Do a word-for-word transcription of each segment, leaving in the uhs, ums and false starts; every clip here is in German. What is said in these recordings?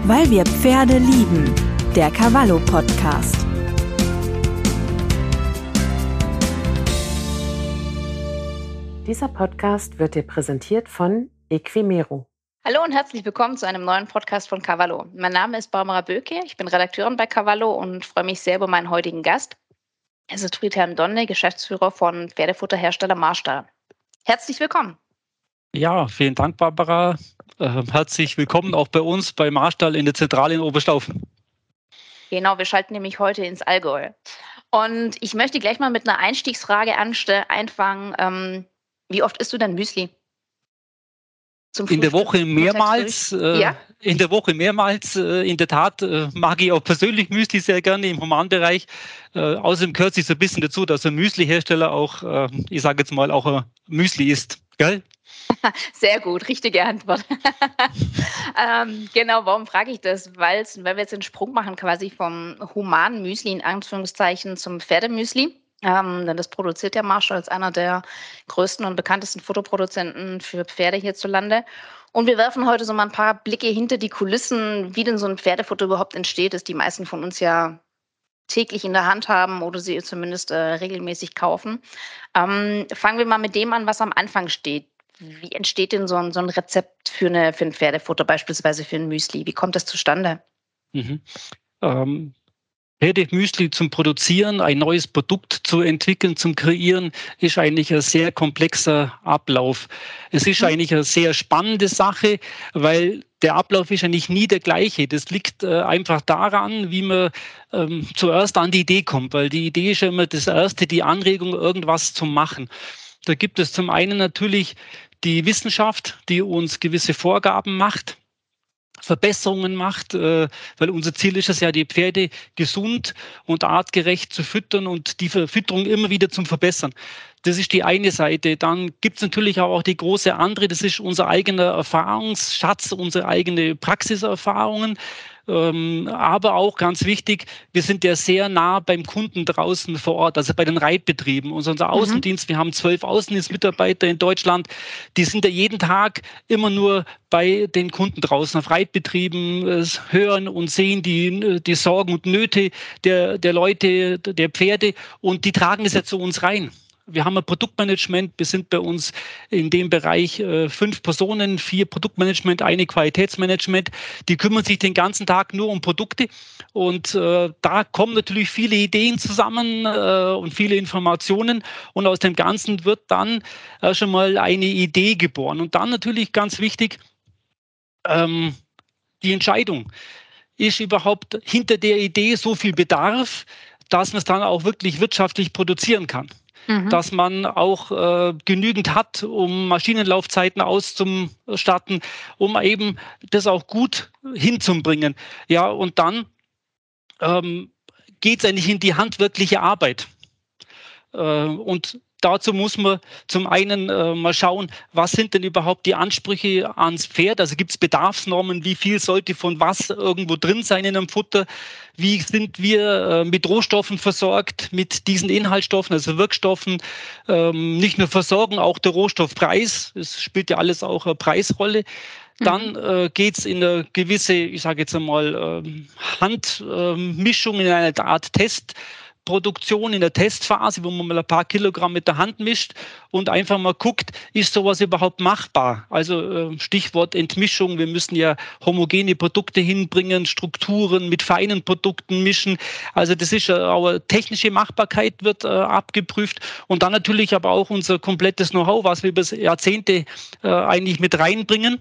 Weil wir Pferde lieben. Der Cavallo Podcast. Dieser Podcast wird dir präsentiert von Equimero. Hallo und herzlich willkommen zu einem neuen Podcast von Cavallo. Mein Name ist Barbara Böke, ich bin Redakteurin bei Cavallo und freue mich sehr über meinen heutigen Gast. Es ist Friedhelm Donne, Geschäftsführer von Pferdefutterhersteller Marstall. Herzlich willkommen. Ja, vielen Dank, Barbara. Äh, herzlich willkommen auch bei uns bei Marstall in der Zentrale in Oberstaufen. Genau, wir schalten nämlich heute ins Allgäu. Und ich möchte gleich mal mit einer Einstiegsfrage anste- einfangen. Ähm, wie oft isst du denn Müsli? Zum in der Woche mehrmals. Äh, ja? In der Woche mehrmals. Äh, in der Tat äh, mag ich auch persönlich Müsli sehr gerne im Humanbereich. Äh, außerdem gehört sich so ein bisschen dazu, dass ein Müslihersteller auch, äh, ich sage jetzt mal, auch ein Müsli isst. Gell? Sehr gut, richtige Antwort. ähm, genau, warum frage ich das? Weil's, weil wir jetzt den Sprung machen quasi vom humanen Müsli in Anführungszeichen zum Pferdemüsli. Ähm, denn das produziert ja Marstall als einer der größten und bekanntesten Futterproduzenten für Pferde hierzulande. Und wir werfen heute so mal ein paar Blicke hinter die Kulissen, wie denn so ein Pferdefutter überhaupt entsteht, das die meisten von uns ja täglich in der Hand haben oder sie zumindest äh, regelmäßig kaufen. Ähm, fangen wir mal mit dem an, was am Anfang steht. Wie entsteht denn so ein, so ein Rezept für, eine, für ein Pferdefutter, beispielsweise für ein Müsli? Wie kommt das zustande? Mhm. Ähm, Pferdemüsli zum Produzieren, ein neues Produkt zu entwickeln, zum Kreieren, ist eigentlich ein sehr komplexer Ablauf. Es ist Mhm. eigentlich eine sehr spannende Sache, weil der Ablauf ist eigentlich nie der gleiche. Das liegt äh, einfach daran, wie man ähm, zuerst an die Idee kommt, weil die Idee ist ja immer das Erste, die Anregung, irgendwas zu machen. Da gibt es zum einen natürlich die Wissenschaft, die uns gewisse Vorgaben macht, Verbesserungen macht, äh, weil unser Ziel ist es ja, die Pferde gesund und artgerecht zu füttern und die Fütterung immer wieder zum Verbessern. Das ist die eine Seite. Dann gibt es natürlich auch die große andere, das ist unser eigener Erfahrungsschatz, unsere eigene Praxiserfahrungen. Ähm, aber auch ganz wichtig, wir sind ja sehr nah beim Kunden draußen vor Ort, also bei den Reitbetrieben. Und unser Außendienst, wir haben zwölf Außendienstmitarbeiter in Deutschland, die sind ja jeden Tag immer nur bei den Kunden draußen auf Reitbetrieben, äh, hören und sehen die, die Sorgen und Nöte der, der Leute, der Pferde und die tragen das ja zu uns rein. Wir haben ein Produktmanagement, wir sind bei uns in dem Bereich äh, fünf Personen, vier Produktmanagement, eine Qualitätsmanagement, die kümmern sich den ganzen Tag nur um Produkte und äh, da kommen natürlich viele Ideen zusammen äh, und viele Informationen und aus dem Ganzen wird dann äh, schon mal eine Idee geboren und dann natürlich ganz wichtig, ähm, die Entscheidung. Ist überhaupt hinter der Idee so viel Bedarf, dass man es dann auch wirklich wirtschaftlich produzieren kann? Mhm. Dass man auch äh, genügend hat, um Maschinenlaufzeiten auszustatten, um eben das auch gut hinzubringen. Ja, und dann ähm, geht es eigentlich in die handwerkliche Arbeit. Äh, und dazu muss man zum einen äh, mal schauen, was sind denn überhaupt die Ansprüche ans Pferd? Also gibt es Bedarfsnormen, wie viel sollte von was irgendwo drin sein in einem Futter? Wie sind wir äh, mit Rohstoffen versorgt, mit diesen Inhaltsstoffen, also Wirkstoffen? Ähm, nicht nur versorgen, auch der Rohstoffpreis. Es spielt ja alles auch eine Preisrolle. Dann äh, geht es in eine gewisse, ich sage jetzt einmal, äh, Handmischung, äh, in eine Art Test. Produktion in der Testphase, wo man mal ein paar Kilogramm mit der Hand mischt und einfach mal guckt, ist sowas überhaupt machbar? Also äh, Stichwort Entmischung, wir müssen ja homogene Produkte hinbringen, Strukturen mit feinen Produkten mischen. Also das ist äh, auch technische Machbarkeit wird äh, abgeprüft und dann natürlich aber auch unser komplettes Know-how, was wir über Jahrzehnte äh, eigentlich mit reinbringen.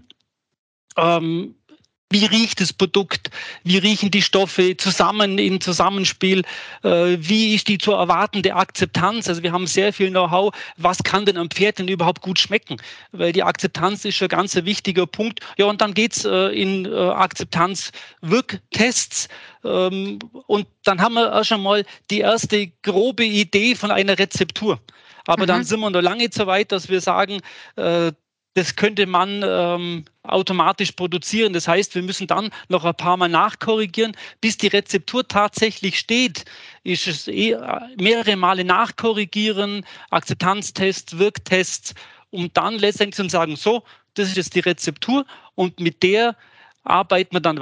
Ähm, Wie riecht das Produkt? Wie riechen die Stoffe zusammen im Zusammenspiel? Äh, wie ist die zu erwartende Akzeptanz? Also wir haben sehr viel Know-how. Was kann denn am Pferd denn überhaupt gut schmecken? Weil die Akzeptanz ist ein ganz wichtiger Punkt. Ja, und dann geht's äh, in äh, Akzeptanz-Wirktests. Ähm, und dann haben wir auch schon mal die erste grobe Idee von einer Rezeptur. Aber mhm. dann sind wir noch lange nicht so weit, dass wir sagen, äh, das könnte man ähm, automatisch produzieren. Das heißt, wir müssen dann noch ein paar Mal nachkorrigieren. Bis die Rezeptur tatsächlich steht, ist es eh mehrere Male nachkorrigieren, Akzeptanztests, Wirktests, um dann letztendlich zu sagen, so, das ist jetzt die Rezeptur und mit der arbeiten wir dann weiter.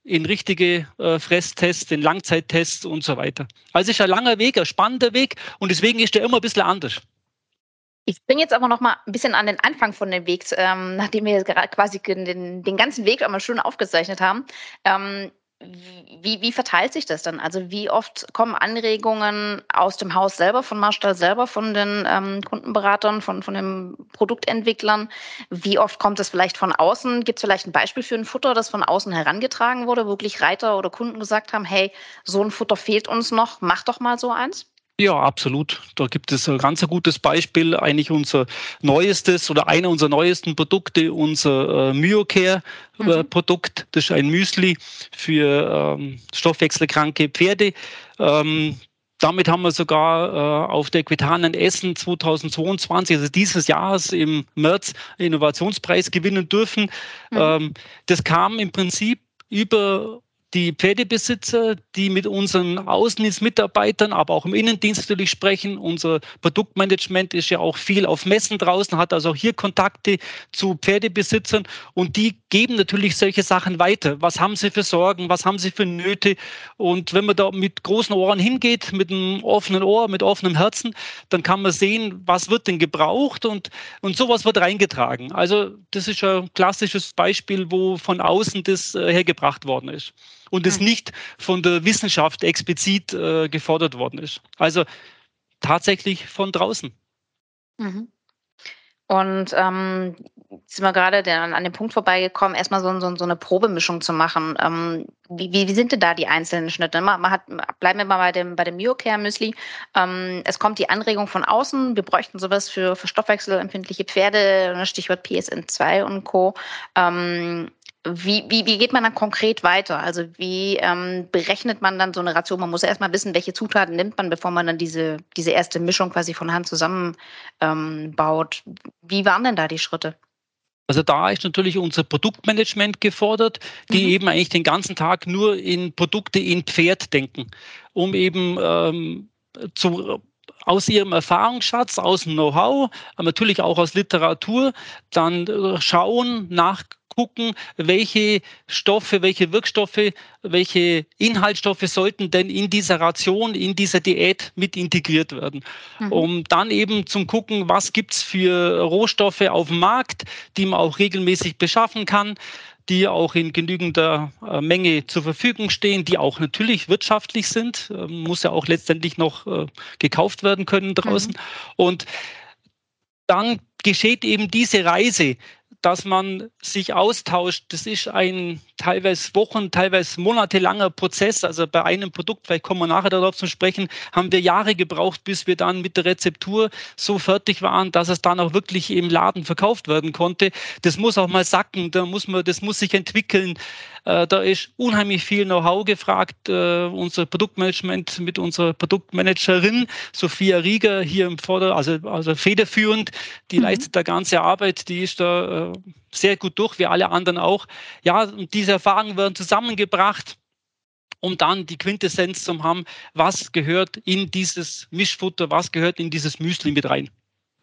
in richtige äh, Fresstests, in Langzeittests und so weiter. Also es ist ein langer Weg, ein spannender Weg und deswegen ist der immer ein bisschen anders. Ich bringe jetzt aber noch mal ein bisschen an den Anfang von dem Weg, ähm, nachdem wir gerade quasi den, den ganzen Weg einmal schön aufgezeichnet haben. Ähm, wie, wie verteilt sich das dann? Also wie oft kommen Anregungen aus dem Haus selber, von Marstall selber, von den ähm, Kundenberatern, von, von den Produktentwicklern? Wie oft kommt es vielleicht von außen? Gibt es vielleicht ein Beispiel für ein Futter, das von außen herangetragen wurde, wo wirklich Reiter oder Kunden gesagt haben, hey, so ein Futter fehlt uns noch, mach doch mal so eins? Ja, absolut. Da gibt es ein ganz gutes Beispiel, eigentlich unser neuestes oder einer unserer neuesten Produkte, unser äh, MyoCare-Produkt. Mhm. Das ist ein Müsli für ähm, stoffwechselkranke Pferde. Ähm, damit haben wir sogar äh, auf der Equitanen Essen zweitausendzweiundzwanzig, also dieses Jahres im März, Innovationspreis gewinnen dürfen. Mhm. Ähm, das kam im Prinzip über die Pferdebesitzer, die mit unseren Außendienstmitarbeitern, aber auch im Innendienst natürlich sprechen. Unser Produktmanagement ist ja auch viel auf Messen draußen, hat also auch hier Kontakte zu Pferdebesitzern und die geben natürlich solche Sachen weiter. Was haben sie für Sorgen? Was haben sie für Nöte? Und wenn man da mit großen Ohren hingeht, mit einem offenen Ohr, mit offenem Herzen, dann kann man sehen, was wird denn gebraucht und, und sowas wird reingetragen. Also das ist ein klassisches Beispiel, wo von außen das äh, hergebracht worden ist. Und es nicht von der Wissenschaft explizit äh, gefordert worden ist. Also tatsächlich von draußen. Mhm. Und ähm, sind wir gerade der, an dem Punkt vorbeigekommen, erstmal so, so, so eine Probemischung zu machen. Ähm, wie, wie sind denn da die einzelnen Schnitte? Man, man hat, bleiben wir mal bei dem, bei dem MyoCare-Müsli. Ähm, es kommt die Anregung von außen. Wir bräuchten sowas für, für stoffwechselempfindliche Pferde, Stichwort P S N zwei und Co. Ähm, Wie, wie, wie geht man dann konkret weiter? Also wie ähm, berechnet man dann so eine Ration? Man muss ja erstmal wissen, welche Zutaten nimmt man, bevor man dann diese, diese erste Mischung quasi von Hand zusammenbaut. Ähm, baut. Wie waren denn da die Schritte? Also da ist natürlich unser Produktmanagement gefordert, die mhm. eben eigentlich den ganzen Tag nur in Produkte in Pferd denken, um eben ähm, zu aus ihrem Erfahrungsschatz, aus dem Know-how, natürlich auch aus Literatur, dann schauen, nachgucken, welche Stoffe, welche Wirkstoffe, welche Inhaltsstoffe sollten denn in dieser Ration, in dieser Diät mit integriert werden. Mhm. Um dann eben zum Gucken, was gibt es für Rohstoffe auf dem Markt, die man auch regelmäßig beschaffen kann, die auch in genügender äh, Menge zur Verfügung stehen, die auch natürlich wirtschaftlich sind, äh, muss ja auch letztendlich noch äh, gekauft werden können draußen. Mhm. Und dann geschieht eben diese Reise, dass man sich austauscht. Das ist ein teilweise Wochen, teilweise monatelanger Prozess. Also bei einem Produkt, vielleicht kommen wir nachher darauf zu sprechen, haben wir Jahre gebraucht, bis wir dann mit der Rezeptur so fertig waren, dass es dann auch wirklich im Laden verkauft werden konnte. Das muss auch mal sacken, da muss man, das muss sich entwickeln. Äh, da ist unheimlich viel Know-how gefragt. Äh, unser Produktmanagement mit unserer Produktmanagerin Sophia Rieger hier im Vorder-, also, also federführend, die mhm. leistet da ganze Arbeit, die ist da äh, sehr gut durch, wie alle anderen auch. Ja, und diese Erfahrungen werden zusammengebracht, um dann die Quintessenz zu haben, was gehört in dieses Mischfutter, was gehört in dieses Müsli mit rein.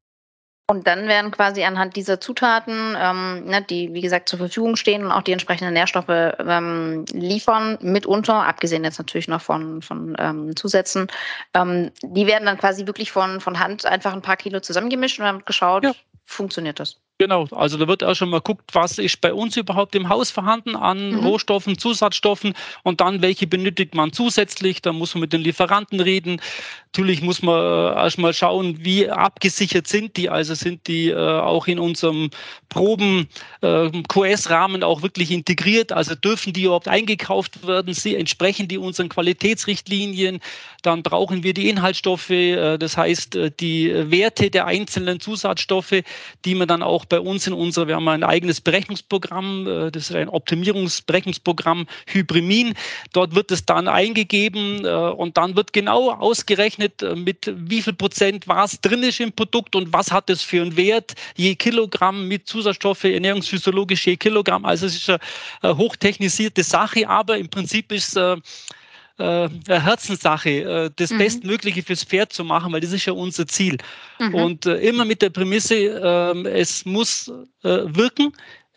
Und dann werden quasi anhand dieser Zutaten, ähm, ne, die wie gesagt zur Verfügung stehen und auch die entsprechenden Nährstoffe ähm, liefern, mitunter, abgesehen jetzt natürlich noch von, von ähm, Zusätzen, ähm, die werden dann quasi wirklich von, von Hand einfach ein paar Kilo zusammengemischt und dann wird geschaut, ja. Funktioniert das? Genau, also da wird auch schon mal geguckt, was ist bei uns überhaupt im Haus vorhanden an mhm. Rohstoffen, Zusatzstoffen und dann welche benötigt man zusätzlich. Da muss man mit den Lieferanten reden. Natürlich muss man erst mal schauen, wie abgesichert sind die. Also sind die äh, auch in unserem Proben äh, Q S-Rahmen auch wirklich integriert. Also dürfen die überhaupt eingekauft werden? Sie entsprechen die unseren Qualitätsrichtlinien. Dann brauchen wir die Inhaltsstoffe, äh, das heißt äh, die Werte der einzelnen Zusatzstoffe, die man dann auch bei uns in unserer, wir haben ein eigenes Berechnungsprogramm, das ist ein Optimierungsberechnungsprogramm Hybrimin. Dort wird es dann eingegeben und dann wird genau ausgerechnet, mit wie viel Prozent was drin ist im Produkt und was hat es für einen Wert je Kilogramm mit Zusatzstoffe, ernährungsphysiologisch je Kilogramm. Also es ist eine hochtechnisierte Sache, aber im Prinzip ist es Äh, Herzenssache, äh, das mhm. Bestmögliche fürs Pferd zu machen, weil das ist ja unser Ziel. Mhm. Und äh, immer mit der Prämisse, äh, es muss äh, wirken,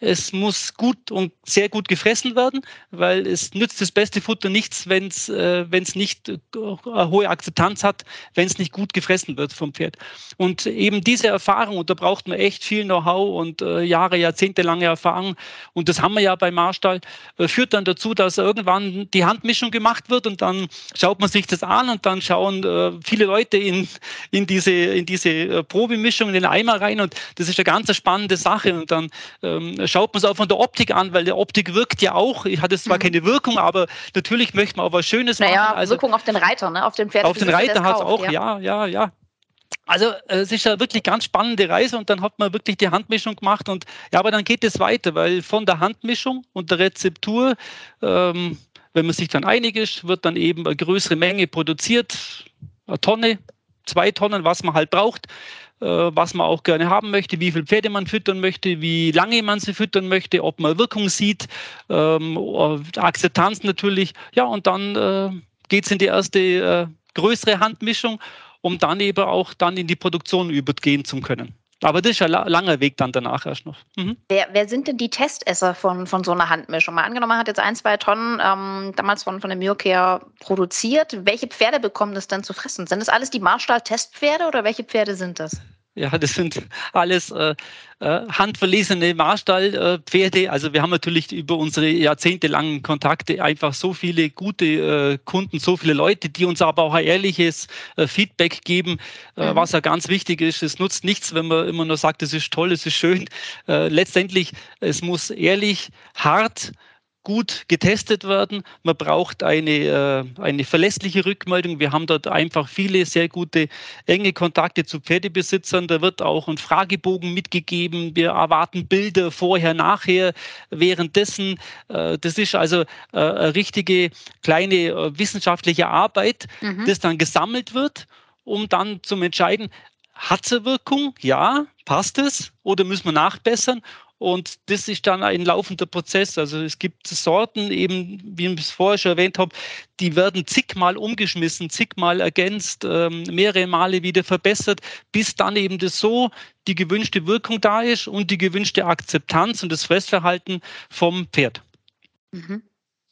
Es muss gut und sehr gut gefressen werden, weil es nützt das beste Futter nichts, wenn es äh, wenn es nicht äh, eine hohe Akzeptanz hat, wenn es nicht gut gefressen wird vom Pferd. Und eben diese Erfahrung, und da braucht man echt viel Know-how und äh, Jahre, jahrzehntelange Erfahrung, und das haben wir ja bei Marstall, äh, führt dann dazu, dass irgendwann die Handmischung gemacht wird und dann schaut man sich das an und dann schauen äh, viele Leute in, in diese, in diese äh, Probemischung, in den Eimer rein, und das ist eine ganz spannende Sache. Und dann ähm, schaut man es auch von der Optik an, weil die Optik wirkt ja auch. Ich hatte zwar mhm. keine Wirkung, aber natürlich möchte man auch was Schönes naja, machen. Also, Wirkung auf den Reiter, ne? Auf den Pferd. Auf den Reiter hat es auch, ja, ja, ja. ja. Also es ist ja wirklich ganz spannende Reise, und dann hat man wirklich die Handmischung gemacht, und ja, aber dann geht es weiter, weil von der Handmischung und der Rezeptur, ähm, wenn man sich dann einig ist, wird dann eben eine größere Menge produziert, eine Tonne, zwei Tonnen, was man halt braucht, äh, was man auch gerne haben möchte, wie viele Pferde man füttern möchte, wie lange man sie füttern möchte, ob man Wirkung sieht, ähm, Akzeptanz natürlich, ja, und dann äh, geht es in die erste äh, größere Handmischung, um dann eben auch dann in die Produktion übergehen zu können. Aber das ist ein langer Weg dann danach erst noch. Mhm. Wer, wer sind denn die Testesser von, von so einer Handmischung? Mal angenommen, man hat jetzt ein, zwei Tonnen ähm, damals von, von der MyoCare produziert. Welche Pferde bekommen das dann zu fressen? Sind das alles die Marstall-Testpferde oder welche Pferde sind das? Ja, das sind alles äh, äh, handverlesene Marstall-Pferde. Also wir haben natürlich über unsere jahrzehntelangen Kontakte einfach so viele gute äh, Kunden, so viele Leute, die uns aber auch ein ehrliches äh, Feedback geben, äh, mhm. was ja ganz wichtig ist. Es nutzt nichts, wenn man immer nur sagt, es ist toll, es ist schön. Äh, letztendlich, es muss ehrlich, hart, gut getestet werden. Man braucht eine, äh, eine verlässliche Rückmeldung. Wir haben dort einfach viele sehr gute, enge Kontakte zu Pferdebesitzern. Da wird auch ein Fragebogen mitgegeben. Wir erwarten Bilder vorher, nachher, währenddessen. Äh, das ist also äh, eine richtige kleine äh, wissenschaftliche Arbeit, mhm. das dann gesammelt wird, um dann zu entscheiden, hat es eine Wirkung? Ja, passt es? Oder müssen wir nachbessern? Und das ist dann ein laufender Prozess. Also es gibt Sorten, eben, wie ich es vorher schon erwähnt habe, die werden zigmal umgeschmissen, zigmal ergänzt, ähm, mehrere Male wieder verbessert, bis dann eben das so die gewünschte Wirkung da ist und die gewünschte Akzeptanz und das Fressverhalten vom Pferd. Mhm.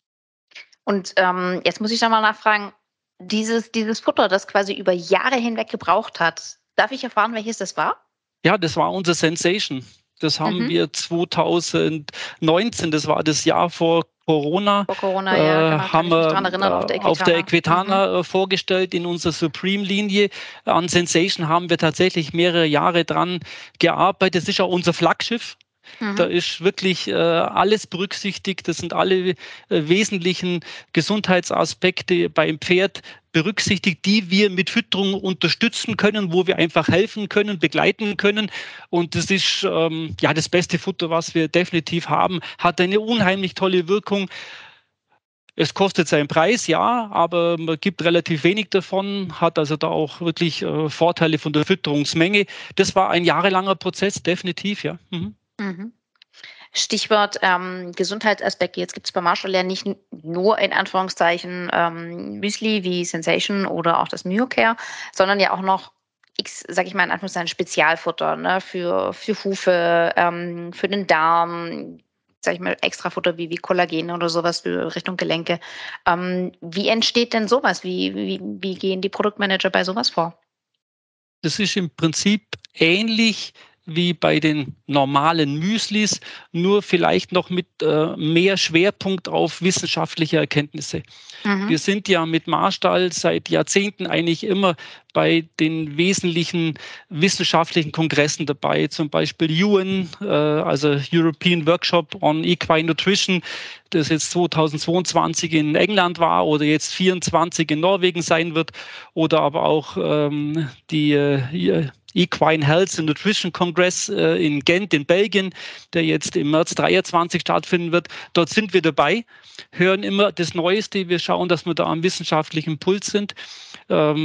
Und ähm, jetzt muss ich nochmal nachfragen, dieses, dieses Futter, das quasi über Jahre hinweg gebraucht hat, darf ich erfahren, welches das war? Ja, das war unser Sensation. Das haben mhm. wir zweitausendneunzehn, das war das Jahr vor Corona, vor Corona ja, äh, haben wir erinnern, auf der Equitana, auf der Equitana mhm. vorgestellt in unserer Supreme-Linie. An Sensation haben wir tatsächlich mehrere Jahre dran gearbeitet. Das ist auch unser Flaggschiff. Mhm. Da ist wirklich äh, alles berücksichtigt. Das sind alle äh, wesentlichen Gesundheitsaspekte beim Pferd berücksichtigt, die wir mit Fütterung unterstützen können, wo wir einfach helfen können, begleiten können. Und das ist ähm, ja das beste Futter, was wir definitiv haben. Hat eine unheimlich tolle Wirkung. Es kostet seinen Preis, ja, aber man gibt relativ wenig davon, hat also da auch wirklich äh, Vorteile von der Fütterungsmenge. Das war ein jahrelanger Prozess, definitiv, ja. Mhm. Mhm. Stichwort ähm, Gesundheitsaspekte. Jetzt gibt es bei Marstall ja nicht nur in Anführungszeichen ähm, Müsli wie Sensation oder auch das MyoCare, sondern ja auch noch X, sag ich mal in Anführungszeichen, Spezialfutter, ne, für, für Hufe, ähm, für den Darm, sag ich mal, Extrafutter wie, wie Kollagen oder sowas für Richtung Gelenke. Ähm, wie entsteht denn sowas? Wie, wie, wie gehen die Produktmanager bei sowas vor? Das ist im Prinzip ähnlich wie bei den normalen Müslis, nur vielleicht noch mit äh, mehr Schwerpunkt auf wissenschaftliche Erkenntnisse. Mhm. Wir sind ja mit Marstall seit Jahrzehnten eigentlich immer bei den wesentlichen wissenschaftlichen Kongressen dabei, zum Beispiel U N, äh, also European Workshop on Equine Nutrition, das jetzt zweitausendzweiundzwanzig in England war oder jetzt vierundzwanzig in Norwegen sein wird, oder aber auch ähm, die äh, Equine Health and Nutrition Congress äh, in Gent in Belgien, der jetzt im März dreiundzwanzig stattfinden wird. Dort sind wir dabei, hören immer das Neueste. Wir schauen, dass wir da am wissenschaftlichen Puls sind. Ähm,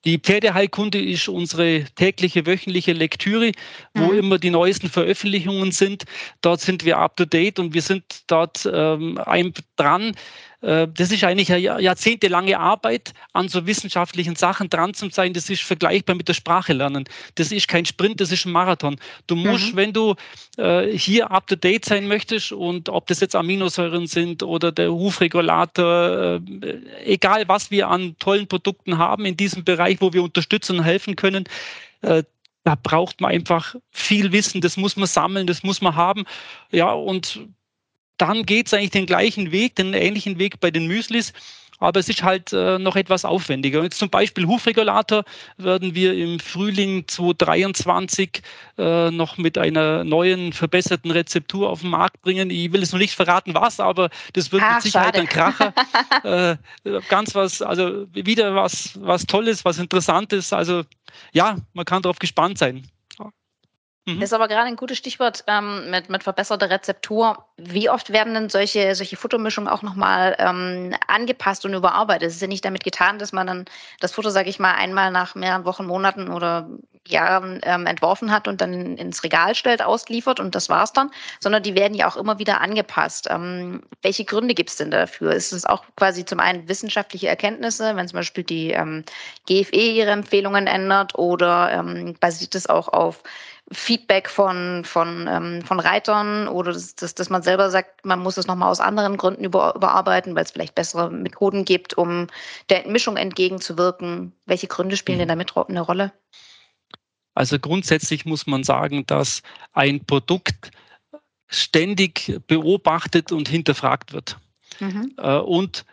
die Pferdeheilkunde ist unsere tägliche, wöchentliche Lektüre, wo mhm. immer die neuesten Veröffentlichungen sind. Dort sind wir up to date und wir sind dort ähm, ein, dran. Äh, das ist eigentlich eine jahrzehntelange Arbeit, an so wissenschaftlichen Sachen dran zu sein. Das ist vergleichbar mit der Sprache lernen. Das ist kein Sprint, das ist ein Marathon. Du musst, mhm. wenn du äh, hier up to date sein möchtest und ob das jetzt Aminosäuren sind oder der Hufregulator, äh, egal was wir an tollen Produkten haben in diesem Bereich, wo wir unterstützen und helfen können, äh, da braucht man einfach viel Wissen, das muss man sammeln, das muss man haben. Ja, und dann geht es eigentlich den gleichen Weg, den ähnlichen Weg bei den Müslis, aber es ist halt äh, noch etwas aufwendiger. Und jetzt zum Beispiel Hufregulator werden wir im Frühling zweitausenddreiundzwanzig äh, noch mit einer neuen, verbesserten Rezeptur auf den Markt bringen. Ich will jetzt noch nicht verraten, was, aber das wird Ach, mit Sicherheit schade. ein Kracher. äh, ganz was, also wieder was, was Tolles, was Interessantes. Also ja, man kann darauf gespannt sein. Das ist aber gerade ein gutes Stichwort ähm, mit, mit verbesserter Rezeptur. Wie oft werden denn solche, solche Futtermischungen auch nochmal ähm, angepasst und überarbeitet? Es ist ja nicht damit getan, dass man dann das Futter, sage ich mal, einmal nach mehreren Wochen, Monaten oder Jahren ähm, entworfen hat und dann ins Regal stellt, ausliefert und das war's dann, sondern die werden ja auch immer wieder angepasst. Ähm, welche Gründe gibt es denn dafür? Ist es auch quasi zum einen wissenschaftliche Erkenntnisse, wenn zum Beispiel die ähm, G F E ihre Empfehlungen ändert, oder ähm, basiert es auch auf Feedback von, von, ähm, von Reitern, oder dass, dass, dass man selber sagt, man muss es nochmal aus anderen Gründen über, überarbeiten, weil es vielleicht bessere Methoden gibt, um der Entmischung entgegenzuwirken? Welche Gründe spielen denn damit eine Rolle? Also grundsätzlich muss man sagen, dass ein Produkt ständig beobachtet und hinterfragt wird. Mhm. Äh, und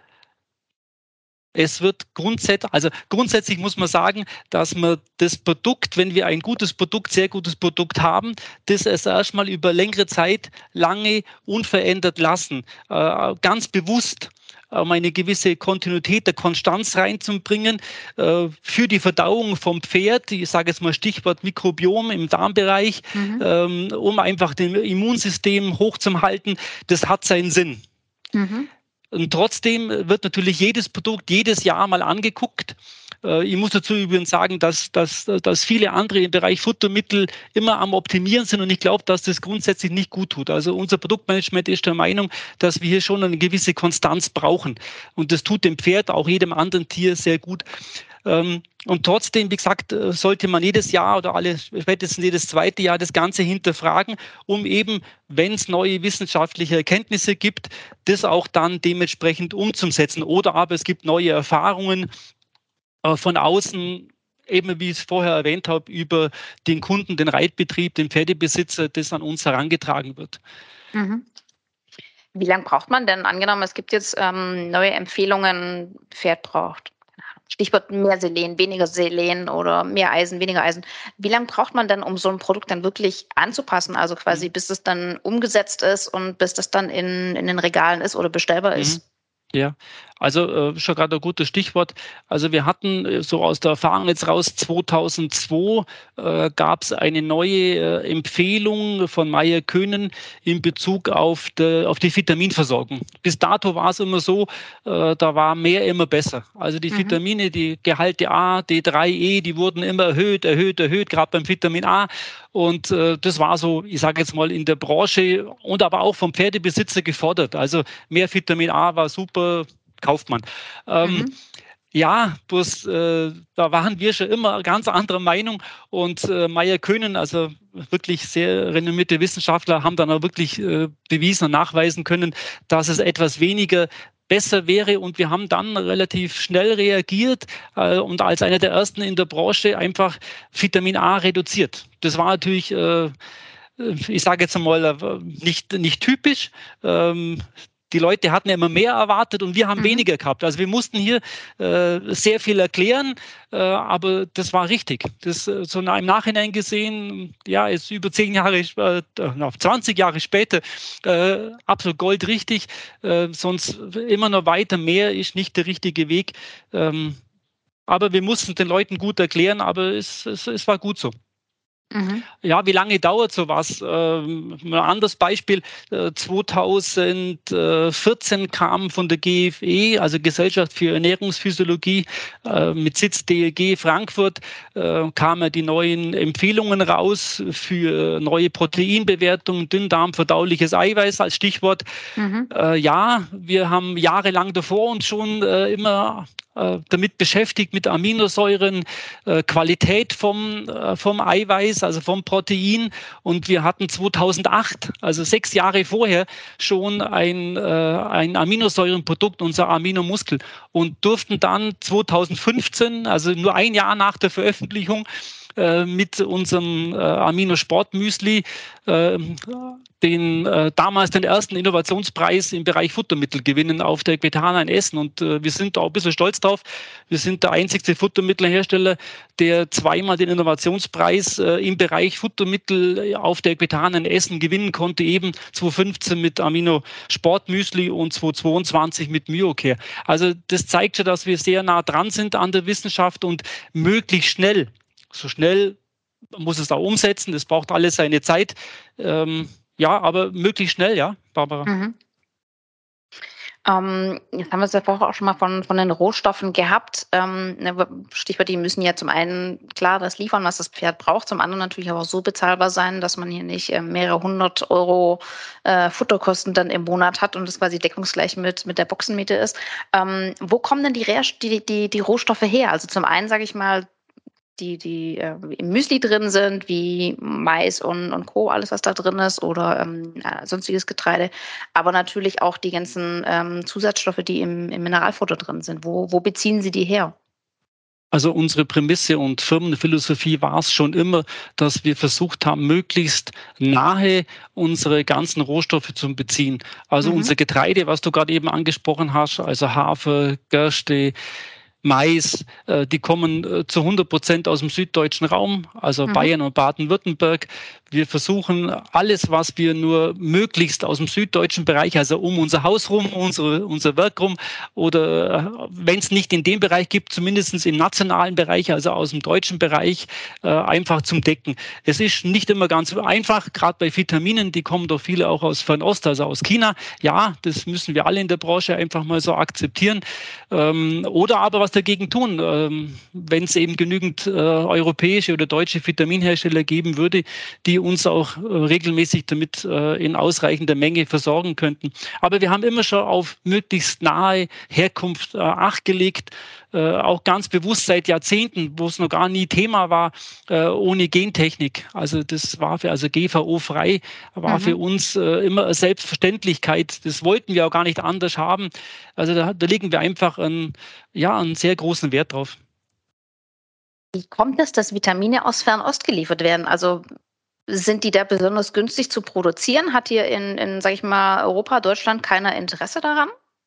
Es wird grundsätzlich, also grundsätzlich muss man sagen, dass man das Produkt, wenn wir ein gutes Produkt, sehr gutes Produkt haben, das es erstmal über längere Zeit lange unverändert lassen, äh, ganz bewusst, um eine gewisse Kontinuität der Konstanz reinzubringen, äh, für die Verdauung vom Pferd, ich sage jetzt mal Stichwort Mikrobiom im Darmbereich, mhm. ähm, um einfach das Immunsystem hochzuhalten, das hat seinen Sinn. Mhm. Und trotzdem wird natürlich jedes Produkt jedes Jahr mal angeguckt. Ich muss dazu übrigens sagen, dass, dass, dass viele andere im Bereich Futtermittel immer am Optimieren sind, und ich glaube, dass das grundsätzlich nicht gut tut. Also unser Produktmanagement ist der Meinung, dass wir hier schon eine gewisse Konstanz brauchen. Und das tut dem Pferd, auch jedem anderen Tier, sehr gut. Und trotzdem, wie gesagt, sollte man jedes Jahr oder alle, spätestens jedes zweite Jahr das Ganze hinterfragen, um eben, wenn es neue wissenschaftliche Erkenntnisse gibt, das auch dann dementsprechend umzusetzen. Oder aber es gibt neue Erfahrungen äh, von außen, eben wie ich es vorher erwähnt habe, über den Kunden, den Reitbetrieb, den Pferdebesitzer, das an uns herangetragen wird. Mhm. Wie lange braucht man denn? Angenommen, es gibt jetzt ähm, neue Empfehlungen, Pferd braucht Stichwort mehr Selen, weniger Selen oder mehr Eisen, weniger Eisen. Wie lange braucht man denn, um so ein Produkt dann wirklich anzupassen? Also quasi, bis es dann umgesetzt ist und bis das dann in, in den Regalen ist oder bestellbar ist? Mhm. Ja, also äh, schon gerade ein gutes Stichwort. Also wir hatten äh, so aus der Erfahrung jetzt raus, zweitausendzwei äh, gab es eine neue äh, Empfehlung von Meyer-Köhnen in Bezug auf, de, auf die Vitaminversorgung. Bis dato war es immer so, äh, da war mehr immer besser. Also die mhm. Vitamine, die Gehalte A, D drei, E, die wurden immer erhöht, erhöht, erhöht, gerade beim Vitamin A. Und äh, das war so, ich sage jetzt mal, in der Branche und aber auch vom Pferdebesitzer gefordert. Also mehr Vitamin A war super, kauft man. Ähm, mhm. Ja, bloß äh, da waren wir schon immer ganz anderer Meinung, und äh, Meyer-Köhnen, also wirklich sehr renommierte Wissenschaftler, haben dann auch wirklich äh, bewiesen und nachweisen können, dass es etwas weniger besser wäre, und wir haben dann relativ schnell reagiert äh, und als einer der ersten in der Branche einfach Vitamin A reduziert. Das war natürlich, äh, ich sage jetzt einmal, nicht, nicht typisch. Ähm, Die Leute hatten ja immer mehr erwartet und wir haben mhm. weniger gehabt. Also wir mussten hier äh, sehr viel erklären, äh, aber das war richtig. Das äh, so im Nachhinein gesehen, ja, ist über zehn Jahre, äh, zwanzig Jahre später äh, absolut goldrichtig. Äh, sonst immer noch weiter, mehr ist nicht der richtige Weg. Ähm, aber wir mussten den Leuten gut erklären, aber es, es, es war gut so. Mhm. Ja, wie lange dauert sowas? Ähm, ein anderes Beispiel, äh, zweitausendvierzehn kam von der G F E, also Gesellschaft für Ernährungsphysiologie, äh, mit Sitz D L G Frankfurt, äh, kamen die neuen Empfehlungen raus für neue Proteinbewertungen, Dünndarm, verdauliches Eiweiß als Stichwort. Mhm. Äh, ja, wir haben jahrelang davor uns schon äh, immer äh, damit beschäftigt, mit Aminosäuren, äh, Qualität vom, äh, vom Eiweiß, also vom Protein. Und wir hatten zweitausendacht, also sechs Jahre vorher, schon ein, äh, ein Aminosäurenprodukt, unser Aminomuskel, und durften dann zweitausendfünfzehn, also nur ein Jahr nach der Veröffentlichung, äh, mit unserem äh, Aminosport-Müsli äh, den äh, damals den ersten Innovationspreis im Bereich Futtermittel gewinnen auf der Equitana in Essen. Und äh, wir sind da auch ein bisschen stolz drauf. Wir sind der einzigste Futtermittelhersteller, der zweimal den Innovationspreis äh, im Bereich Futtermittel auf der Equitana in Essen gewinnen konnte, eben zweitausendfünfzehn mit Amino Sportmüsli und zweitausendzweiundzwanzig mit Myocare. Also das zeigt schon, dass wir sehr nah dran sind an der Wissenschaft und möglichst schnell, so schnell muss es auch umsetzen, das braucht alles seine Zeit. Ähm, Ja, aber möglichst schnell, ja, Barbara. Mhm. Ähm, jetzt haben wir es ja vorher auch schon mal von, von den Rohstoffen gehabt. Ähm, Stichwort, die müssen ja zum einen klar das liefern, was das Pferd braucht, zum anderen natürlich aber auch so bezahlbar sein, dass man hier nicht äh, mehrere hundert Euro äh, Futterkosten dann im Monat hat und das quasi deckungsgleich mit, mit der Boxenmiete ist. Ähm, wo kommen denn die, die, die, die Rohstoffe her? Also zum einen, sage ich mal, die, die äh, im Müsli drin sind, wie Mais und, und Co., alles, was da drin ist, oder ähm, äh, sonstiges Getreide, aber natürlich auch die ganzen ähm, Zusatzstoffe, die im, im Mineralfutter drin sind. Wo, wo beziehen Sie die her? Also unsere Prämisse und Firmenphilosophie war es schon immer, dass wir versucht haben, möglichst nahe unsere ganzen Rohstoffe zu beziehen. Also mhm. unser Getreide, was du gerade eben angesprochen hast, also Hafer, Gerste, Mais, äh, die kommen äh, zu hundert Prozent aus dem süddeutschen Raum, also mhm. Bayern und Baden-Württemberg. Wir versuchen alles, was wir nur möglichst aus dem süddeutschen Bereich, also um unser Haus rum, unsere, unser Werk rum, oder äh, wenn es nicht in dem Bereich gibt, zumindest im nationalen Bereich, also aus dem deutschen Bereich, äh, einfach zum Decken. Es ist nicht immer ganz einfach, gerade bei Vitaminen, die kommen doch viele auch aus Fernost, also aus China. Ja, das müssen wir alle in der Branche einfach mal so akzeptieren. Ähm, oder aber was dagegen tun, ähm, wenn es eben genügend äh, europäische oder deutsche Vitaminhersteller geben würde, die uns auch äh, regelmäßig damit äh, in ausreichender Menge versorgen könnten. Aber wir haben immer schon auf möglichst nahe Herkunft äh, Acht gelegt, äh, auch ganz bewusst seit Jahrzehnten, wo es noch gar nie Thema war, äh, ohne Gentechnik. Also das war für, also G V O-frei, war mhm. für uns äh, immer eine Selbstverständlichkeit. Das wollten wir auch gar nicht anders haben. Also da, da legen wir einfach einen, ja, einen sehr großen Wert drauf. Wie kommt es, dass Vitamine aus Fernost geliefert werden? Also sind die da besonders günstig zu produzieren? Hat hier in, in sag ich mal, Europa, Deutschland keiner Interesse daran?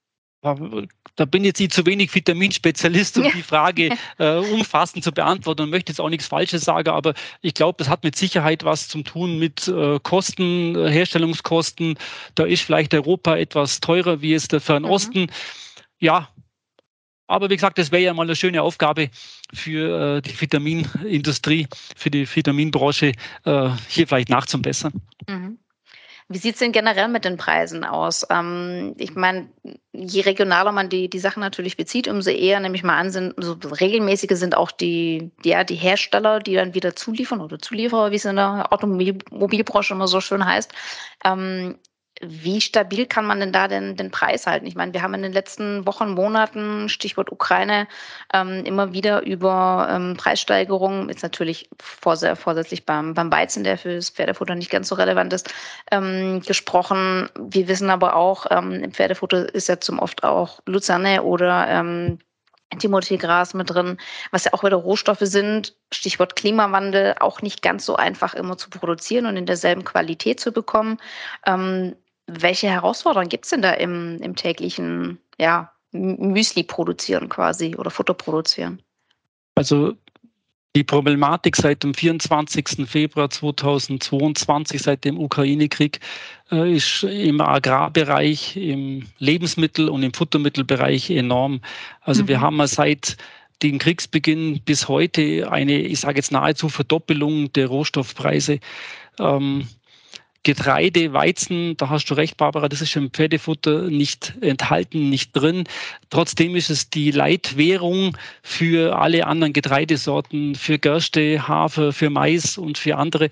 Da bin jetzt ich zu wenig Vitaminspezialist, um ja. die Frage äh, umfassend zu beantworten und möchte jetzt auch nichts Falsches sagen, aber ich glaube, das hat mit Sicherheit was zu tun mit äh, Kosten, äh, Herstellungskosten. Da ist vielleicht Europa etwas teurer wie es der Fernosten. Mhm. Ja, aber wie gesagt, das wäre ja mal eine schöne Aufgabe für äh, die Vitaminindustrie, für die Vitaminbranche, äh, hier vielleicht nachzubessern. Mhm. Wie sieht es denn generell mit den Preisen aus? Ähm, ich meine, je regionaler man die, die Sachen natürlich bezieht, umso eher, nehme ich mal an, sind so regelmäßige sind auch die, die, ja, die Hersteller, die dann wieder zuliefern oder Zulieferer, wie es in der Automobilbranche immer so schön heißt. Ähm, Wie stabil kann man denn da den, den Preis halten? Ich meine, wir haben in den letzten Wochen, Monaten, Stichwort Ukraine, ähm, immer wieder über ähm, Preissteigerungen, jetzt natürlich vor, vorsätzlich beim, beim Weizen, der für das Pferdefutter nicht ganz so relevant ist, ähm, gesprochen. Wir wissen aber auch, ähm, im Pferdefutter ist ja zum oft auch Luzerne oder ähm, Timothy-Gras mit drin, was ja auch wieder Rohstoffe sind, Stichwort Klimawandel, auch nicht ganz so einfach immer zu produzieren und in derselben Qualität zu bekommen. Ähm, welche Herausforderungen gibt es denn da im, im täglichen ja, Müsli produzieren quasi oder Futter produzieren? Also die Problematik seit dem vierundzwanzigsten Februar zweitausendzweiundzwanzig, seit dem Ukraine-Krieg, äh, ist im Agrarbereich, im Lebensmittel- und im Futtermittelbereich enorm. Also mhm. wir haben seit den Kriegsbeginn bis heute eine, ich sage jetzt nahezu Verdoppelung der Rohstoffpreise. Ähm, Getreide, Weizen, da hast du recht, Barbara, das ist im Pferdefutter nicht enthalten, nicht drin. Trotzdem ist es die Leitwährung für alle anderen Getreidesorten, für Gerste, Hafer, für Mais und für andere.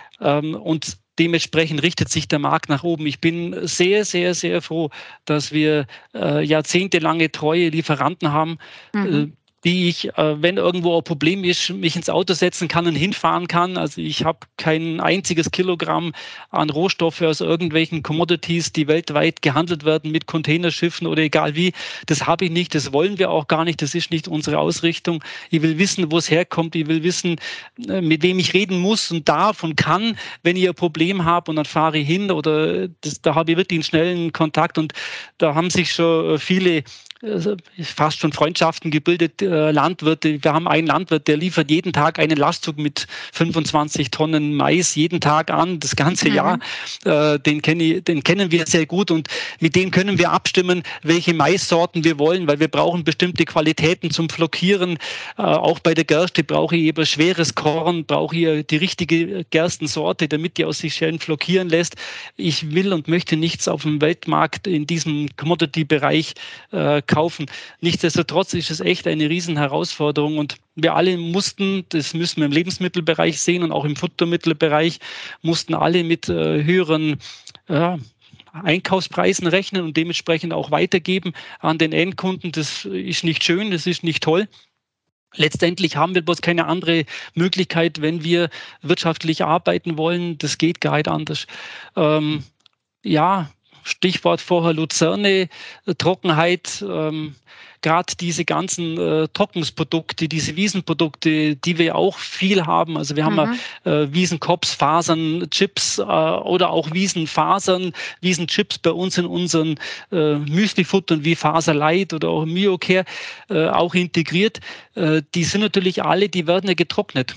Und dementsprechend richtet sich der Markt nach oben. Ich bin sehr, sehr, sehr froh, dass wir jahrzehntelange treue Lieferanten haben, mhm. die ich, wenn irgendwo ein Problem ist, mich ins Auto setzen kann und hinfahren kann. Also ich habe kein einziges Kilogramm an Rohstoffe aus irgendwelchen Commodities, die weltweit gehandelt werden mit Containerschiffen oder egal wie. Das habe ich nicht, das wollen wir auch gar nicht, das ist nicht unsere Ausrichtung. Ich will wissen, wo es herkommt, ich will wissen, mit wem ich reden muss und darf und kann, wenn ich ein Problem habe und dann fahre ich hin oder das, da habe ich wirklich einen schnellen Kontakt und da haben sich schon viele fast schon Freundschaften gebildet, äh, Landwirte. Wir haben einen Landwirt, der liefert jeden Tag einen Lastzug mit fünfundzwanzig Tonnen Mais jeden Tag an, das ganze mhm. Jahr. Äh, den, kenn ich, den kennen wir sehr gut und mit dem können wir abstimmen, welche Maissorten wir wollen, weil wir brauchen bestimmte Qualitäten zum Flockieren. Äh, auch bei der Gerste brauche ich eben schweres Korn, brauche ich die richtige Gerstensorte, damit die aus sich schön flockieren lässt. Ich will und möchte nichts auf dem Weltmarkt in diesem Commodity-Bereich äh, kaufen. Nichtsdestotrotz ist es echt eine riesen Herausforderung und wir alle mussten, das müssen wir im Lebensmittelbereich sehen und auch im Futtermittelbereich, mussten alle mit äh, höheren äh, Einkaufspreisen rechnen und dementsprechend auch weitergeben an den Endkunden. Das ist nicht schön, das ist nicht toll. Letztendlich haben wir bloß keine andere Möglichkeit, wenn wir wirtschaftlich arbeiten wollen. Das geht gar nicht anders. Ähm, ja, Stichwort vorher Luzerne, Trockenheit, ähm, gerade diese ganzen äh, Trockensprodukte, diese Wiesenprodukte, die wir auch viel haben. Also wir mhm. haben ja, äh, Wiesenkops, Fasern, Chips äh, oder auch Wiesenfasern, Wiesenchips bei uns in unseren äh, Müslifuttern wie Faserlight oder auch Myocare äh, auch integriert. Äh, die sind natürlich alle, die werden ja getrocknet.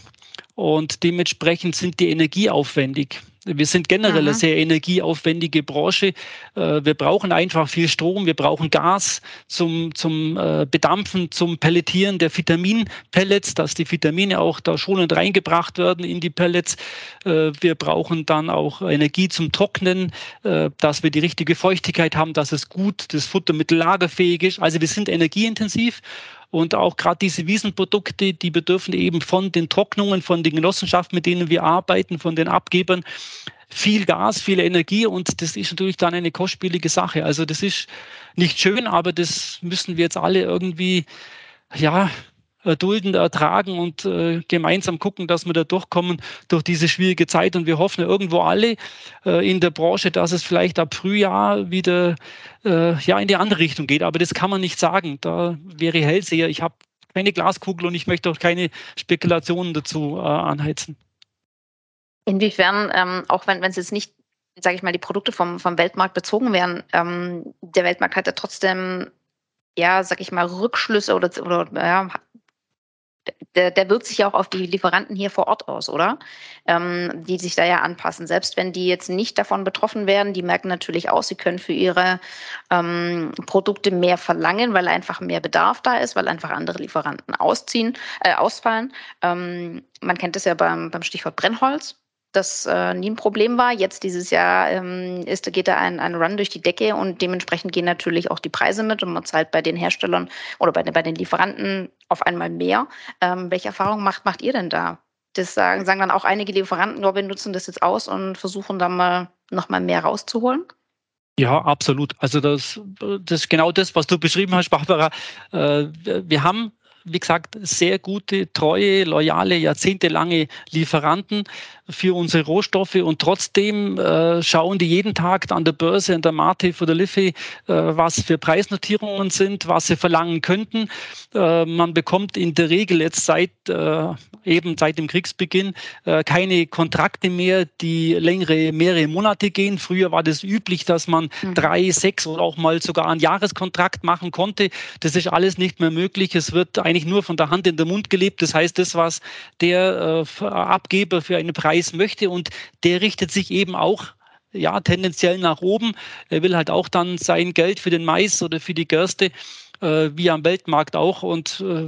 Und dementsprechend sind die energieaufwendig. Wir sind generell Aha. eine sehr energieaufwendige Branche. Wir brauchen einfach viel Strom, wir brauchen Gas zum, zum Bedampfen, zum Pelletieren der Vitaminpellets, dass die Vitamine auch da schonend reingebracht werden in die Pellets. Wir brauchen dann auch Energie zum Trocknen, dass wir die richtige Feuchtigkeit haben, dass es gut, das Futtermittel lagerfähig ist. Also wir sind energieintensiv. Und auch gerade diese Wiesenprodukte, die bedürfen eben von den Trocknungen, von den Genossenschaften, mit denen wir arbeiten, von den Abgebern, viel Gas, viel Energie und das ist natürlich dann eine kostspielige Sache. Also das ist nicht schön, aber das müssen wir jetzt alle irgendwie, ja, erdulden, ertragen und äh, gemeinsam gucken, dass wir da durchkommen durch diese schwierige Zeit. Und wir hoffen irgendwo alle äh, in der Branche, dass es vielleicht ab Frühjahr wieder äh, ja, in die andere Richtung geht. Aber das kann man nicht sagen. Da wäre ich Hellseher. Ich habe keine Glaskugel und ich möchte auch keine Spekulationen dazu äh, anheizen. Inwiefern, ähm, auch wenn es jetzt nicht, sage ich mal, die Produkte vom, vom Weltmarkt bezogen werden, ähm, der Weltmarkt hat ja trotzdem, ja, sag ich mal, Rückschlüsse oder, oder ja, Der, der wirkt sich ja auch auf die Lieferanten hier vor Ort aus, oder? Ähm, die sich da ja anpassen. Selbst wenn die jetzt nicht davon betroffen werden, die merken natürlich auch, sie können für ihre ähm, Produkte mehr verlangen, weil einfach mehr Bedarf da ist, weil einfach andere Lieferanten ausziehen, äh, ausfallen. Ähm, man kennt das ja beim, beim Stichwort Brennholz, das äh, nie ein Problem war. Jetzt dieses Jahr ähm, ist, geht da ein, ein Run durch die Decke und dementsprechend gehen natürlich auch die Preise mit und man zahlt bei den Herstellern oder bei, bei den Lieferanten auf einmal mehr. Ähm, welche Erfahrungen macht, macht ihr denn da? Das sagen, sagen dann auch einige Lieferanten, ja, wir nutzen das jetzt aus und versuchen dann mal noch mal mehr rauszuholen? Ja, absolut. Also das, das ist genau das, was du beschrieben hast, Barbara. Äh, wir haben, wie gesagt, sehr gute, treue, loyale, jahrzehntelange Lieferanten für unsere Rohstoffe und trotzdem äh, schauen die jeden Tag an der Börse, an der Matif oder Liffey, äh, was für Preisnotierungen sind, was sie verlangen könnten. Äh, man bekommt in der Regel jetzt seit äh, eben seit dem Kriegsbeginn äh, keine Kontrakte mehr, die längere, mehrere Monate gehen. Früher war das üblich, dass man mhm. drei, sechs oder auch mal sogar einen Jahreskontrakt machen konnte. Das ist alles nicht mehr möglich. Es wird eigentlich nur von der Hand in den Mund gelebt. Das heißt, das, was der äh, Abgeber für einen Preis möchte und der richtet sich eben auch ja, tendenziell nach oben. Er will halt auch dann sein Geld für den Mais oder für die Gerste, äh, wie am Weltmarkt auch und äh,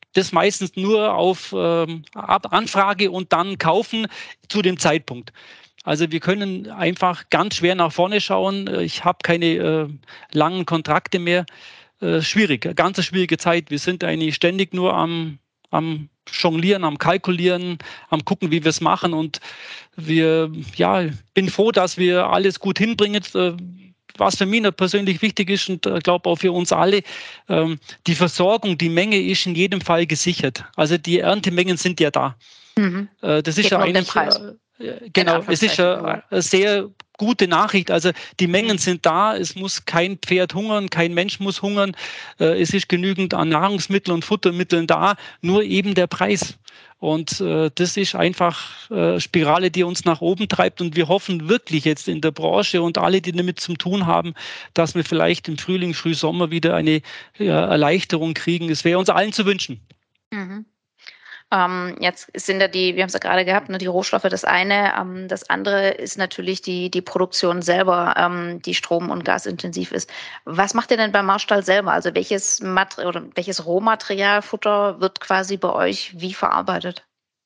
das meistens nur auf ähm, Anfrage und dann kaufen zu dem Zeitpunkt. Also wir können einfach ganz schwer nach vorne schauen. Ich habe keine äh, langen Kontrakte mehr. Äh, schwierig, eine ganz schwierige Zeit. Wir sind eigentlich ständig nur am, am Jonglieren, am Kalkulieren, am gucken, wie wir es machen. Und wir, ja, bin froh, dass wir alles gut hinbringen. Äh, was für mich persönlich wichtig ist und ich äh, glaube auch für uns alle, ähm, die Versorgung, die Menge ist in jedem Fall gesichert. Also die Erntemengen sind ja da. Mhm. Äh, das ist Geht ja um eigentlich... den Preis. Genau, es ist eine, eine sehr gute Nachricht. Also die Mengen sind da, es muss kein Pferd hungern, kein Mensch muss hungern, es ist genügend an Nahrungsmitteln und Futtermitteln da, nur eben der Preis. Und äh, das ist einfach äh, Spirale, die uns nach oben treibt. Und wir hoffen wirklich jetzt in der Branche und alle, die damit zu tun haben, dass wir vielleicht im Frühling, Frühsommer wieder eine ja, Erleichterung kriegen. Es wäre uns allen zu wünschen. Mhm. Ähm, jetzt sind ja die, wir haben es ja gerade gehabt, ne, die Rohstoffe das eine. Ähm, das andere ist natürlich die, die Produktion selber, ähm, die strom- und gasintensiv ist. Was macht ihr denn beim Marstall selber? Also welches Mater- oder welches Rohmaterial, Futter wird quasi bei euch wie verarbeitet?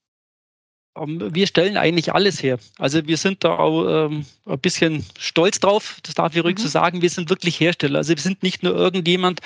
Wir stellen eigentlich alles her. Also wir sind da auch ähm, ein bisschen stolz drauf, das darf ich ruhig mhm. so sagen, wir sind wirklich Hersteller. Also wir sind nicht nur irgendjemand,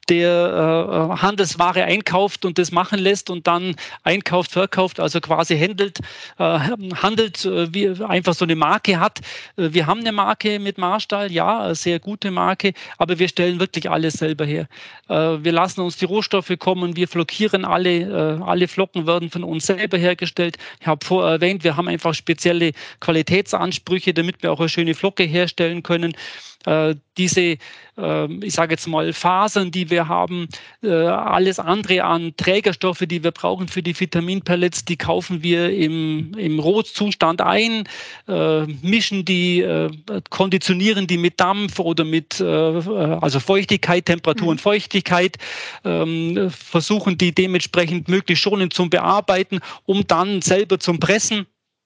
der äh, Handelsware einkauft und das machen lässt und dann einkauft, verkauft, also quasi handelt, äh, handelt, äh, wie einfach so eine Marke hat. Wir haben eine Marke mit Marstall, ja, eine sehr gute Marke, aber wir stellen wirklich alles selber her. Äh, wir lassen uns die Rohstoffe kommen, wir flockieren alle, äh, alle Flocken werden von uns selber hergestellt. Ich habe vorher erwähnt, wir haben einfach spezielle Qualitätsansprüche, damit wir auch eine schöne Flocke herstellen können. Äh, diese, äh, ich sage jetzt mal, Fasern, die wir haben, äh, alles andere an Trägerstoffe, die wir brauchen für die Vitaminpellets, die kaufen wir im, im Rohzustand ein, äh, mischen die, äh, konditionieren die mit Dampf oder mit äh, also Feuchtigkeit, Temperatur und Feuchtigkeit, äh, versuchen die dementsprechend möglichst schonend zu bearbeiten, um dann selber zum Pressen.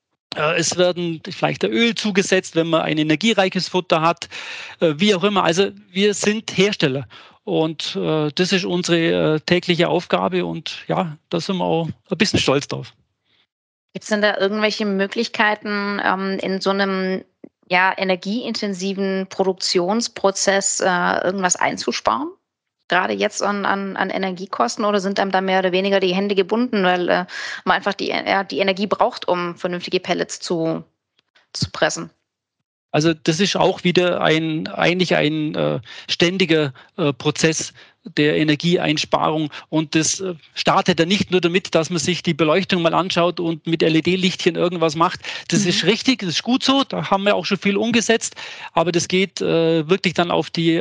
Es werden vielleicht Öl zugesetzt, wenn man ein energiereiches Futter hat, wie auch immer. Also wir sind Hersteller und äh, das ist unsere äh, tägliche Aufgabe und ja, da sind wir auch ein bisschen stolz drauf. Gibt es denn da irgendwelche Möglichkeiten, ähm, in so einem ja, energieintensiven Produktionsprozess äh, irgendwas einzusparen? Gerade jetzt an, an, an Energiekosten oder sind einem da mehr oder weniger die Hände gebunden, weil äh, man einfach die, ja, die Energie braucht, um vernünftige Pellets zu, zu pressen? Also das ist auch wieder ein eigentlich ein äh, ständiger äh, Prozess der Energieeinsparung und das äh, startet ja nicht nur damit, dass man sich die Beleuchtung mal anschaut und mit L E D-Lichtchen irgendwas macht. Das mhm. ist richtig, das ist gut so, da haben wir auch schon viel umgesetzt, aber das geht äh, wirklich dann auf die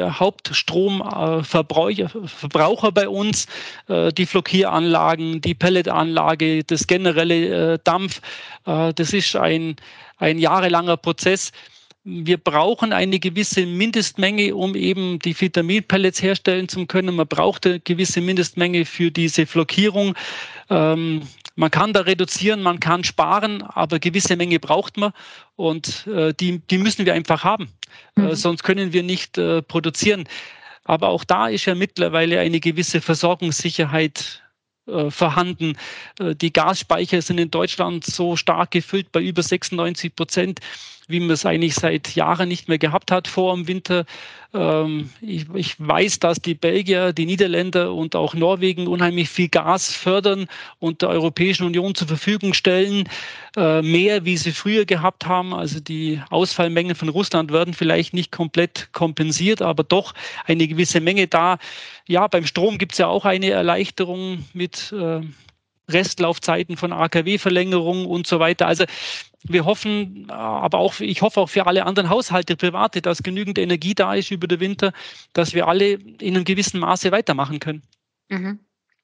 Hauptstromverbraucher äh, Verbraucher bei uns, äh, die Flockieranlagen, die Pelletanlage, das generelle äh, Dampf. Äh, das ist ein, ein jahrelanger Prozess. Wir brauchen eine gewisse Mindestmenge, um eben die Vitaminpellets herstellen zu können. Man braucht eine gewisse Mindestmenge für diese Flockierung. Ähm, man kann da reduzieren, man kann sparen, aber gewisse Menge braucht man und äh, die, die müssen wir einfach haben. Mhm. Äh, sonst können wir nicht äh, produzieren. Aber auch da ist ja mittlerweile eine gewisse Versorgungssicherheit äh, vorhanden. Äh, die Gasspeicher sind in Deutschland so stark gefüllt bei über sechsundneunzig Prozent, wie man es eigentlich seit Jahren nicht mehr gehabt hat vor dem Winter. Ähm, ich, ich weiß, dass die Belgier, die Niederländer und auch Norwegen unheimlich viel Gas fördern und der Europäischen Union zur Verfügung stellen. Äh, mehr, wie sie früher gehabt haben. Also die Ausfallmengen von Russland werden vielleicht nicht komplett kompensiert, aber doch eine gewisse Menge da. Ja, beim Strom gibt es ja auch eine Erleichterung mit äh, Restlaufzeiten von A K W-Verlängerungen und so weiter. Also wir hoffen, aber auch, ich hoffe auch für alle anderen Haushalte, Private, dass genügend Energie da ist über den Winter, dass wir alle in einem gewissen Maße weitermachen können. Mhm.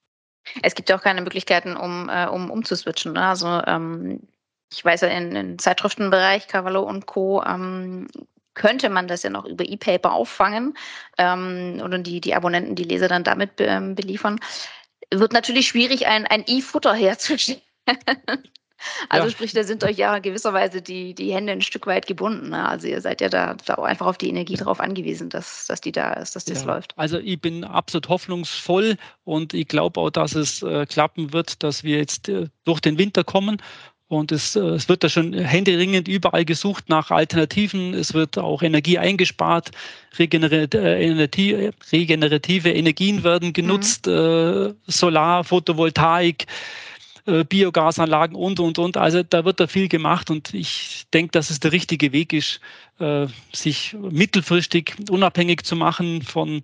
Es gibt ja auch keine Möglichkeiten, um, äh, um umzuswitchen. Ne? Also ähm, ich weiß ja, in, im Zeitschriftenbereich, Cavallo und Co., ähm, könnte man das ja noch über E-Paper auffangen ähm, oder die, die Abonnenten, die Leser dann damit be, ähm, beliefern. Wird natürlich schwierig, ein, ein E-Futter herzustellen. Also Ja, sprich, da sind euch ja gewisserweise die, die Hände ein Stück weit gebunden. Ne? Also ihr seid ja da, da auch einfach auf die Energie drauf angewiesen, dass, dass die da ist, dass das ja. läuft. Also ich bin absolut hoffnungsvoll und ich glaube auch, dass es äh, klappen wird, dass wir jetzt äh, durch den Winter kommen. Und es, äh, es wird da schon händeringend überall gesucht nach Alternativen. Es wird auch Energie eingespart. Regenerat äh, Energie, regenerative Energien werden Mhm. genutzt. Äh, Solar, Photovoltaik, äh, Biogasanlagen und, und, und. Also da wird da viel gemacht. Und ich denke, dass es der richtige Weg ist, äh, sich mittelfristig unabhängig zu machen von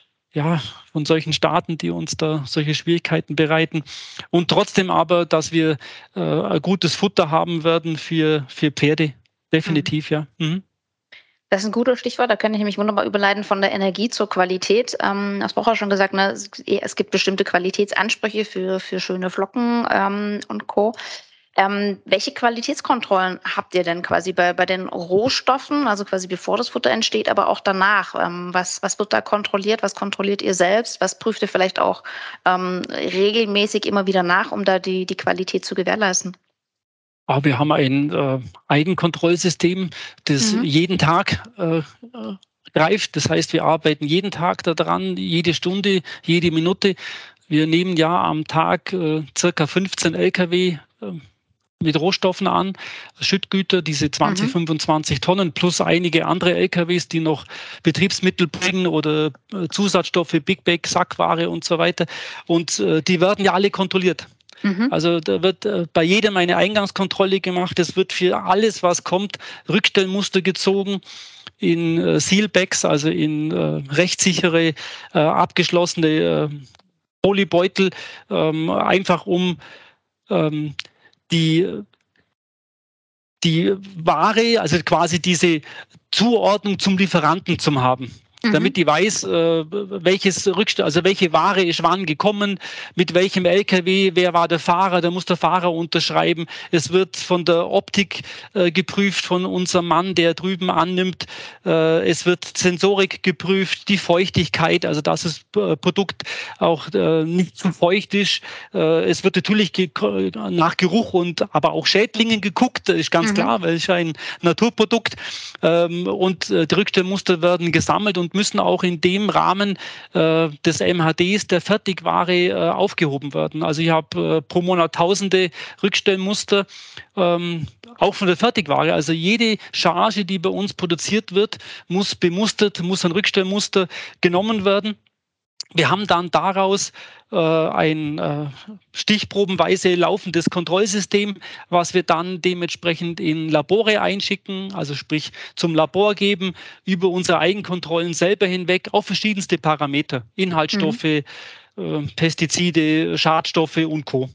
ja, von solchen Staaten, die uns da solche Schwierigkeiten bereiten. Und trotzdem aber, dass wir äh, ein gutes Futter haben werden für, für Pferde. Mhm. Definitiv, ja. Mhm. Das ist ein gutes Stichwort, da kann ich nämlich wunderbar überleiten von der Energie zur Qualität. Ähm, das Woche schon gesagt, ne, es es gibt bestimmte Qualitätsansprüche für, für schöne Flocken ähm, und Co. Ähm, welche Qualitätskontrollen habt ihr denn quasi bei, bei den Rohstoffen, also quasi bevor das Futter entsteht, aber auch danach? Ähm, was, was wird da kontrolliert? Was kontrolliert ihr selbst? Was prüft ihr vielleicht auch ähm, regelmäßig immer wieder nach, um da die, die Qualität zu gewährleisten? Aber wir haben ein äh, Eigenkontrollsystem, das Mhm. jeden Tag äh, äh, greift. Das heißt, wir arbeiten jeden Tag daran, jede Stunde, jede Minute. Wir nehmen ja am Tag äh, circa fünfzehn L K W äh, mit Rohstoffen an, Schüttgüter, diese zwanzig, Mhm. fünfundzwanzig Tonnen plus einige andere L K Ws, die noch Betriebsmittel bringen oder äh, Zusatzstoffe, Big Bag, Sackware und so weiter. Und äh, die werden ja alle kontrolliert. Mhm. Also da wird äh, bei jedem eine Eingangskontrolle gemacht. Es wird für alles, was kommt, Rückstellmuster gezogen in äh, Sealbags, also in äh, rechtssichere, äh, abgeschlossene äh, Polybeutel, ähm, einfach um ähm, die die Ware, also quasi diese Zuordnung zum Lieferanten zu haben. Mhm. Damit die weiß, äh, welches Rückstell, also welche Ware ist wann gekommen, mit welchem L K W, wer war der Fahrer, da muss der Fahrer unterschreiben. Es wird von der Optik äh, geprüft, von unserem Mann, der drüben annimmt. Äh, es wird Sensorik geprüft, die Feuchtigkeit, also dass das äh, Produkt auch äh, nicht zu feucht ist. Äh, es wird natürlich ge nach Geruch und aber auch Schädlingen geguckt, ist ganz Mhm. klar, weil es ist ein Naturprodukt. Ähm, und äh, die Rückstellmuster werden gesammelt und müssen auch in dem Rahmen äh, des M H Ds der Fertigware äh, aufgehoben werden. Also ich habe äh, pro Monat tausende Rückstellmuster, ähm, auch von der Fertigware. Also jede Charge, die bei uns produziert wird, muss bemustert, muss ein Rückstellmuster genommen werden. Wir haben dann daraus äh, ein äh, stichprobenweise laufendes Kontrollsystem, was wir dann dementsprechend in Labore einschicken, also sprich zum Labor geben, über unsere Eigenkontrollen selber hinweg auf verschiedenste Parameter, Mhm. Inhaltsstoffe, äh, Pestizide, Schadstoffe und Co.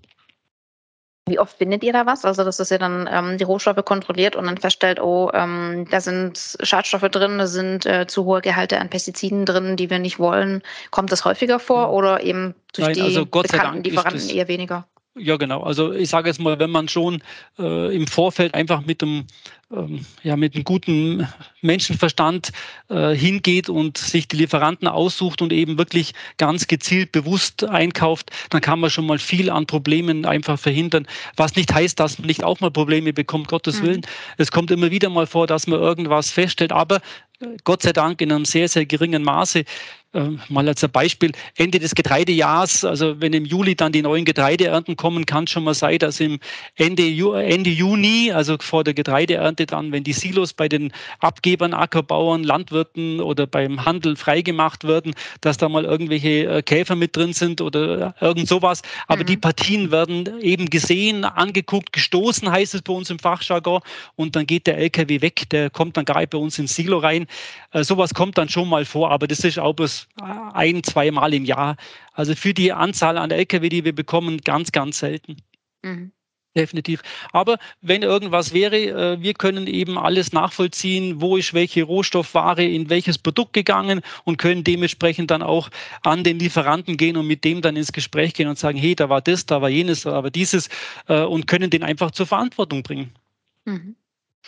Wie oft findet ihr da was? Also, dass das ja dann ähm, die Rohstoffe kontrolliert und dann feststellt, oh, ähm, da sind Schadstoffe drin, da sind äh, zu hohe Gehalte an Pestiziden drin, die wir nicht wollen. Kommt das häufiger vor oder eben durch Nein, also die Gott sei bekannten Dank ist Lieferanten das. eher weniger? Ja, genau. Also ich sage jetzt mal, wenn man schon äh, im Vorfeld einfach mit einem, ähm, ja, mit einem guten Menschenverstand äh, hingeht und sich die Lieferanten aussucht und eben wirklich ganz gezielt bewusst einkauft, dann kann man schon mal viel an Problemen einfach verhindern. Was nicht heißt, dass man nicht auch mal Probleme bekommt, Gottes Willen. Mhm. Es kommt immer wieder mal vor, dass man irgendwas feststellt, aber äh, Gott sei Dank in einem sehr, sehr geringen Maße. Äh, mal als ein Beispiel, Ende des Getreidejahrs, also wenn im Juli dann die neuen Getreideernten kommen, kann es schon mal sein, dass im Ende, Ju Ende Juni, also vor der Getreideernte dann, wenn die Silos bei den Abgebern, Ackerbauern, Landwirten oder beim Handel freigemacht werden, dass da mal irgendwelche äh, Käfer mit drin sind oder irgend sowas. Aber die Mhm. Partien werden eben gesehen, angeguckt, gestoßen, heißt es bei uns im Fachjargon, und dann geht der L K W weg, der kommt dann gar nicht bei uns ins Silo rein. Äh, sowas kommt dann schon mal vor, aber das ist auch bloß ein, zwei Mal im Jahr. Also für die Anzahl an L K W, die wir bekommen, ganz, ganz selten. Mhm. Definitiv. Aber wenn irgendwas wäre, äh, wir können eben alles nachvollziehen, wo ist welche Rohstoffware in welches Produkt gegangen und können dementsprechend dann auch an den Lieferanten gehen und mit dem dann ins Gespräch gehen und sagen, hey, da war das, da war jenes, da war dieses äh, und können den einfach zur Verantwortung bringen. Mhm.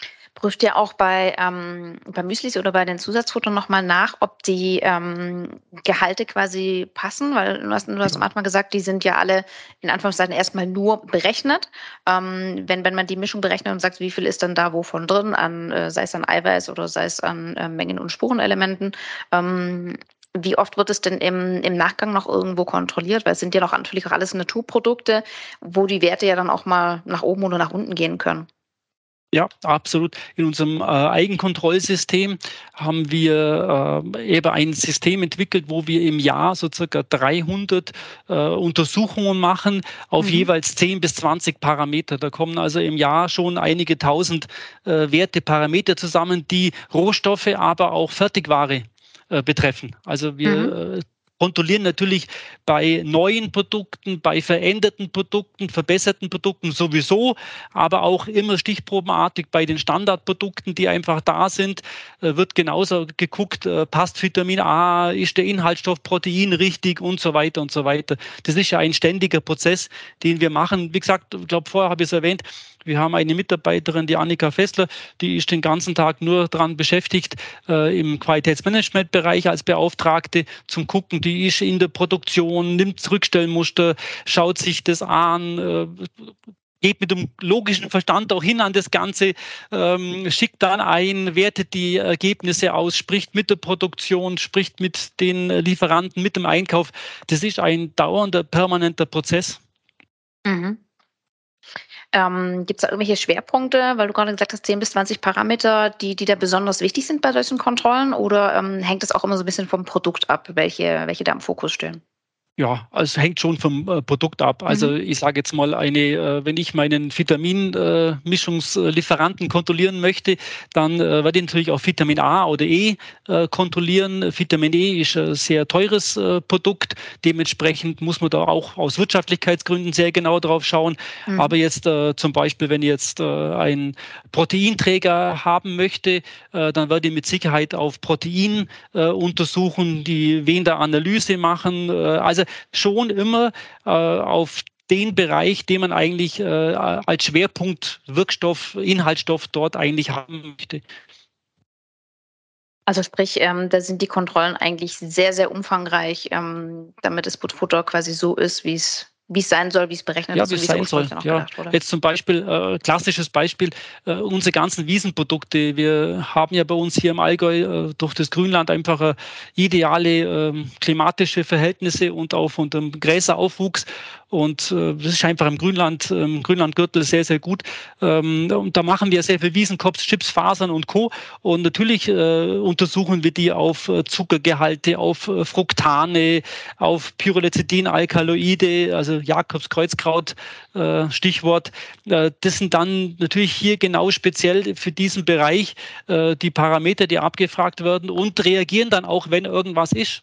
prüft ihr auch bei, ähm, bei Müslis oder bei den Zusatzfuttern nochmal nach, ob die ähm, Gehalte quasi passen? Weil du hast, du hast am Anfang gesagt, die sind ja alle in Anführungszeichen erstmal nur berechnet. Ähm, wenn, wenn man die Mischung berechnet und sagt, wie viel ist dann da wovon drin, an, äh, sei es an Eiweiß oder sei es an äh, Mengen- und Spurenelementen, ähm, wie oft wird es denn im, im Nachgang noch irgendwo kontrolliert? Weil es sind ja doch natürlich auch alles Naturprodukte, wo die Werte ja dann auch mal nach oben oder nach unten gehen können. Ja, absolut. In unserem äh, Eigenkontrollsystem haben wir äh, eben ein System entwickelt, wo wir im Jahr so circa dreihundert äh, Untersuchungen machen auf mhm. jeweils zehn bis zwanzig Parameter. Da kommen also im Jahr schon einige tausend äh, Werte, Parameter zusammen, die Rohstoffe, aber auch Fertigware äh, betreffen. Also wir mhm. äh, kontrollieren natürlich bei neuen Produkten, bei veränderten Produkten, verbesserten Produkten sowieso, aber auch immer stichprobenartig bei den Standardprodukten, die einfach da sind, wird genauso geguckt, passt Vitamin A, ist der Inhaltsstoff Protein richtig und so weiter und so weiter. Das ist ja ein ständiger Prozess, den wir machen. Wie gesagt, ich glaube, vorher habe ich es erwähnt, wir haben eine Mitarbeiterin, die Annika Fessler, die ist den ganzen Tag nur daran beschäftigt, äh, im Qualitätsmanagementbereich als Beauftragte zum Gucken, die ist in der Produktion, nimmt Rückstellmuster, schaut sich das an, äh, geht mit dem logischen Verstand auch hin an das Ganze, ähm, schickt dann ein, wertet die Ergebnisse aus, spricht mit der Produktion, spricht mit den Lieferanten, mit dem Einkauf. Das ist ein dauernder, permanenter Prozess. Mhm. Ähm, gibt es da irgendwelche Schwerpunkte, weil du gerade gesagt hast, zehn bis zwanzig Parameter, die, die da besonders wichtig sind bei solchen Kontrollen? Oder ähm, hängt es auch immer so ein bisschen vom Produkt ab, welche, welche da im Fokus stehen? Ja, also hängt schon vom äh, Produkt ab. Also mhm. ich sage jetzt mal, eine, äh, wenn ich meinen Vitaminmischungslieferanten äh, kontrollieren möchte, dann äh, werde ich natürlich auch Vitamin A oder E äh, kontrollieren. Vitamin E ist ein sehr teures äh, Produkt. Dementsprechend muss man da auch aus Wirtschaftlichkeitsgründen sehr genau drauf schauen. Mhm. Aber jetzt äh, zum Beispiel, wenn ich jetzt äh, einen Proteinträger haben möchte, äh, dann werde ich mit Sicherheit auf Protein äh, untersuchen, die Wender-Analyse machen. Äh, also schon immer äh, auf den Bereich, den man eigentlich äh, als Schwerpunkt Wirkstoff, Inhaltsstoff dort eigentlich haben möchte. Also sprich, ähm, da sind die Kontrollen eigentlich sehr, sehr umfangreich, ähm, damit das Futter quasi so ist, wie es wie es sein soll, wie es berechnet ja, ist und wie es sein soll. Ja. Gedacht, oder? Jetzt zum Beispiel, äh, klassisches Beispiel, äh, unsere ganzen Wiesenprodukte. Wir haben ja bei uns hier im Allgäu äh, durch das Grünland einfach äh, ideale äh, klimatische Verhältnisse und auch von dem Gräseraufwuchs. Und äh, das ist einfach im Grünland, im Grünlandgürtel sehr, sehr gut. Ähm, und da machen wir sehr viel Wiesenkops, Chips, Fasern und Co. Und natürlich äh, untersuchen wir die auf äh, Zuckergehalte, auf äh, Fructane, auf Pyrolecithin-Alkaloide, also Jakobskreuzkraut, äh, Stichwort. Äh, das sind dann natürlich hier genau speziell für diesen Bereich äh, die Parameter, die abgefragt werden und reagieren dann auch, wenn irgendwas ist.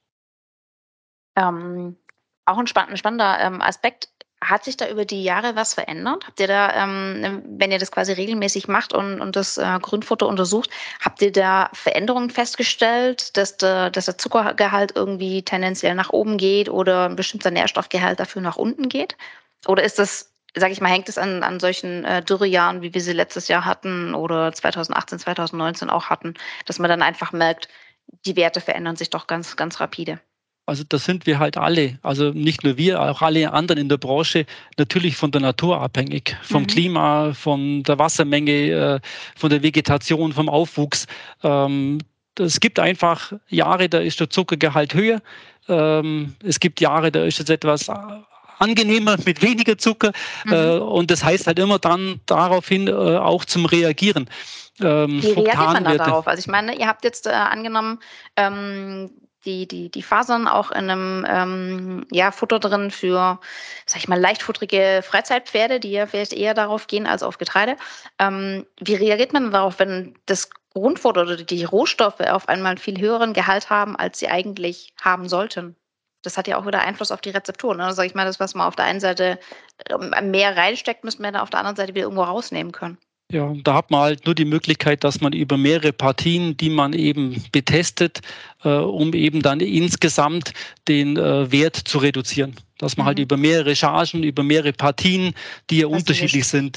Ähm, auch ein spannender, spannender ähm, Aspekt. Hat sich da über die Jahre was verändert? Habt ihr da, ähm, wenn ihr das quasi regelmäßig macht und, und das äh, Grünfutter untersucht, habt ihr da Veränderungen festgestellt, dass der, dass der Zuckergehalt irgendwie tendenziell nach oben geht oder ein bestimmter Nährstoffgehalt dafür nach unten geht? Oder ist das, sage ich mal, hängt es an, an solchen äh, Dürrejahren, wie wir sie letztes Jahr hatten oder zweitausendachtzehn, zweitausendneunzehn auch hatten, dass man dann einfach merkt, die Werte verändern sich doch ganz, ganz rapide? Also da sind wir halt alle, also nicht nur wir, auch alle anderen in der Branche natürlich von der Natur abhängig, vom mhm. Klima, von der Wassermenge, von der Vegetation, vom Aufwuchs. Es gibt einfach Jahre, da ist der Zuckergehalt höher. Es gibt Jahre, da ist es etwas angenehmer mit weniger Zucker. Mhm. Und das heißt halt immer dann daraufhin auch zum Reagieren. Wie reagiert man da darauf? Also ich meine, ihr habt jetzt äh, angenommen, ähm, die, die, die Fasern auch in einem ähm, ja, Futter drin für, sag ich mal, leichtfutterige Freizeitpferde, die ja vielleicht eher darauf gehen als auf Getreide. Ähm, wie reagiert man darauf, wenn das Grundfutter oder die Rohstoffe auf einmal einen viel höheren Gehalt haben, als sie eigentlich haben sollten? Das hat ja auch wieder Einfluss auf die Rezeptur. Ne? Sag ich mal, das, was man auf der einen Seite mehr reinsteckt, müssen wir dann auf der anderen Seite wieder irgendwo rausnehmen können. Ja, da hat man halt nur die Möglichkeit, dass man über mehrere Partien, die man eben betestet, äh, um eben dann insgesamt den äh, Wert zu reduzieren. Dass man mhm. halt über mehrere Chargen, über mehrere Partien, die ja das unterschiedlich sind,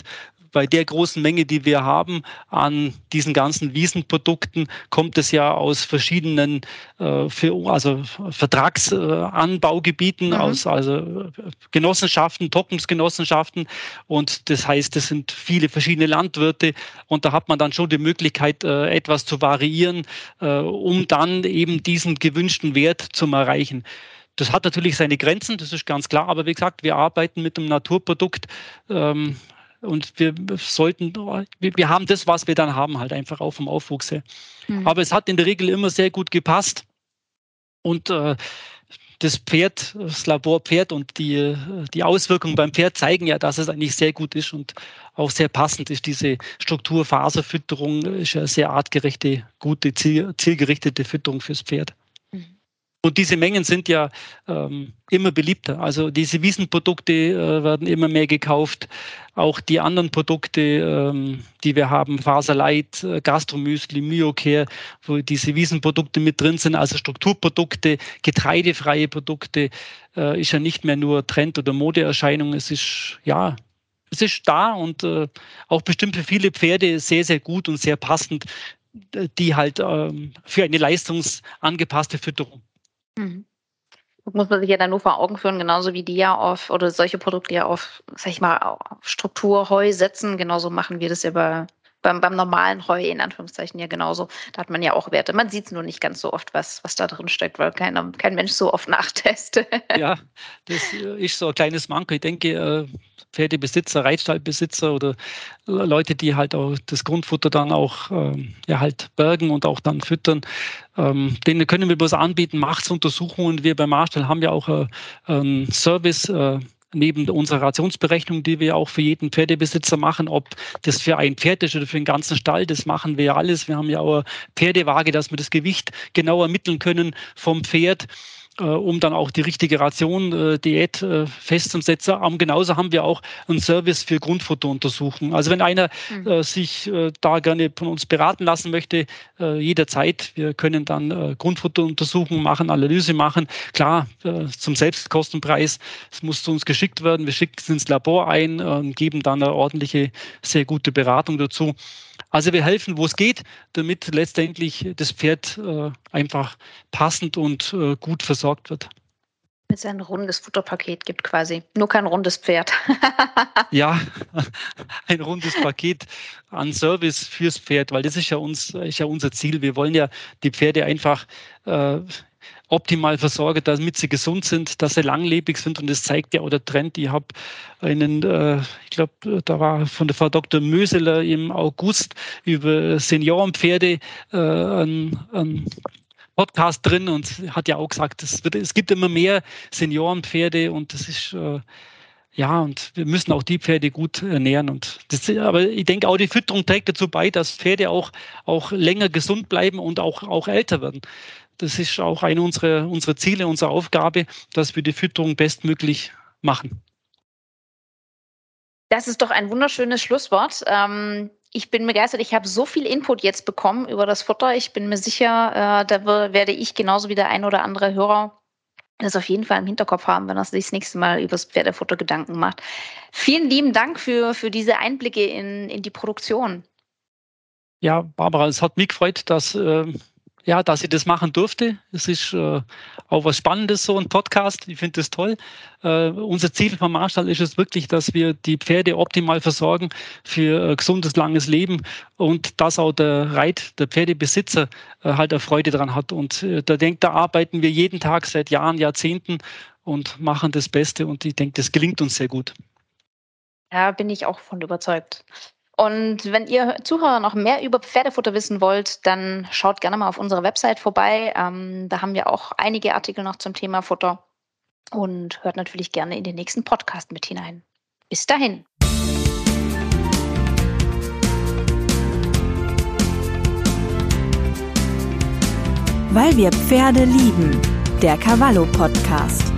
bei der großen Menge, die wir haben an diesen ganzen Wiesenprodukten, kommt es ja aus verschiedenen äh, für, also Vertragsanbaugebieten, mhm. aus also Genossenschaften, Trocknungsgenossenschaften. Und das heißt, es sind viele verschiedene Landwirte. Und da hat man dann schon die Möglichkeit, äh, etwas zu variieren, äh, um dann eben diesen gewünschten Wert zu erreichen. Das hat natürlich seine Grenzen, das ist ganz klar. Aber wie gesagt, wir arbeiten mit einem Naturprodukt. Ähm, Und wir sollten, wir haben das, was wir dann haben, halt einfach auch vom Aufwuchs her. Mhm. Aber es hat in der Regel immer sehr gut gepasst. Und äh, das Pferd, das Laborpferd und die, die Auswirkungen beim Pferd zeigen ja, dass es eigentlich sehr gut ist und auch sehr passend ist. Diese Strukturfaserfütterung ist ja sehr artgerechte, gute, ziel, zielgerichtete Fütterung fürs Pferd. Und diese Mengen sind ja ähm, immer beliebter. Also diese Wiesenprodukte äh, werden immer mehr gekauft. Auch die anderen Produkte, ähm, die wir haben, Faserlight, äh, Gastromüsli, Myocare, wo diese Wiesenprodukte mit drin sind, also Strukturprodukte, getreidefreie Produkte, äh, ist ja nicht mehr nur Trend- oder Modeerscheinung. Es ist, ja, es ist da und äh, auch bestimmt für viele Pferde sehr, sehr gut und sehr passend, die halt ähm, für eine leistungsangepasste Fütterung. Mhm. Das muss man sich ja dann nur vor Augen führen, genauso wie die ja auf, oder solche Produkte ja auf, sag ich mal, auf Struktur, Heu setzen. Genauso machen wir das ja bei, beim, beim normalen Heu, in Anführungszeichen, ja genauso. Da hat man ja auch Werte. Man sieht es nur nicht ganz so oft, was, was da drin steckt, weil keiner, kein Mensch so oft nachtestet. Ja, das ist so ein kleines Manko. Ich denke, Pferdebesitzer, Reitstallbesitzer oder Leute, die halt auch das Grundfutter dann auch ähm, ja halt bergen und auch dann füttern, ähm, denen können wir bloß anbieten, macht's Untersuchungen. Wir beim Marstall haben ja auch äh, einen Service äh, neben unserer Rationsberechnung, die wir auch für jeden Pferdebesitzer machen, ob das für ein Pferd ist oder für den ganzen Stall, das machen wir ja alles. Wir haben ja auch eine Pferdewaage, dass wir das Gewicht genau ermitteln können vom Pferd, um dann auch die richtige Ration, äh, Diät äh, festzusetzen. Um, genauso haben wir auch einen Service für Grundfutteruntersuchungen. Also wenn einer mhm. äh, sich äh, da gerne von uns beraten lassen möchte, äh, jederzeit. Wir können dann äh, Grundfutteruntersuchungen machen, Analyse machen. Klar, äh, zum Selbstkostenpreis. Es muss zu uns geschickt werden. Wir schicken es ins Labor ein und äh, geben dann eine ordentliche, sehr gute Beratung dazu. Also wir helfen, wo es geht, damit letztendlich das Pferd äh, einfach passend und äh, gut versorgt wird. Es ein rundes Futterpaket gibt quasi, nur kein rundes Pferd. Ja, ein rundes Paket an Service fürs Pferd, weil das ist ja, uns, ist ja unser Ziel. Wir wollen ja die Pferde einfach äh, optimal versorgen, damit sie gesund sind, dass sie langlebig sind. Und das zeigt ja auch der Trend. Ich habe einen, äh, ich glaube, da war von der Frau Doktor Möseler im August über Seniorenpferde äh, ein, ein Podcast drin und hat ja auch gesagt, es, wird, es gibt immer mehr Seniorenpferde und das ist äh, ja, und wir müssen auch die Pferde gut ernähren. Und das, aber ich denke auch, die Fütterung trägt dazu bei, dass Pferde auch, auch länger gesund bleiben und auch, auch älter werden. Das ist auch eine unserer, unserer Ziele, unsere Aufgabe, dass wir die Fütterung bestmöglich machen. Das ist doch ein wunderschönes Schlusswort. Ähm, ich bin begeistert. Ich habe so viel Input jetzt bekommen über das Futter. Ich bin mir sicher, äh, da werde ich genauso wie der ein oder andere Hörer das auf jeden Fall im Hinterkopf haben, wenn er sich das nächste Mal über das Pferdefutter Gedanken macht. Vielen lieben Dank für, für diese Einblicke in, in die Produktion. Ja, Barbara, es hat mich gefreut, dass... Äh Ja, dass ich das machen durfte. Es ist äh, auch was Spannendes, so ein Podcast. Ich finde das toll. Äh, unser Ziel vom Marstall ist es wirklich, dass wir die Pferde optimal versorgen für äh, gesundes, langes Leben und dass auch der Reit, der Pferdebesitzer äh, halt eine Freude dran hat. Und äh, da denke, da arbeiten wir jeden Tag seit Jahren, Jahrzehnten und machen das Beste. Und ich denke, das gelingt uns sehr gut. Da bin ich auch von überzeugt. Und wenn ihr Zuhörer noch mehr über Pferdefutter wissen wollt, dann schaut gerne mal auf unserer Website vorbei. Ähm, da haben wir auch einige Artikel noch zum Thema Futter. Und hört natürlich gerne in den nächsten Podcast mit hinein. Bis dahin. Weil wir Pferde lieben. Der Cavallo Podcast.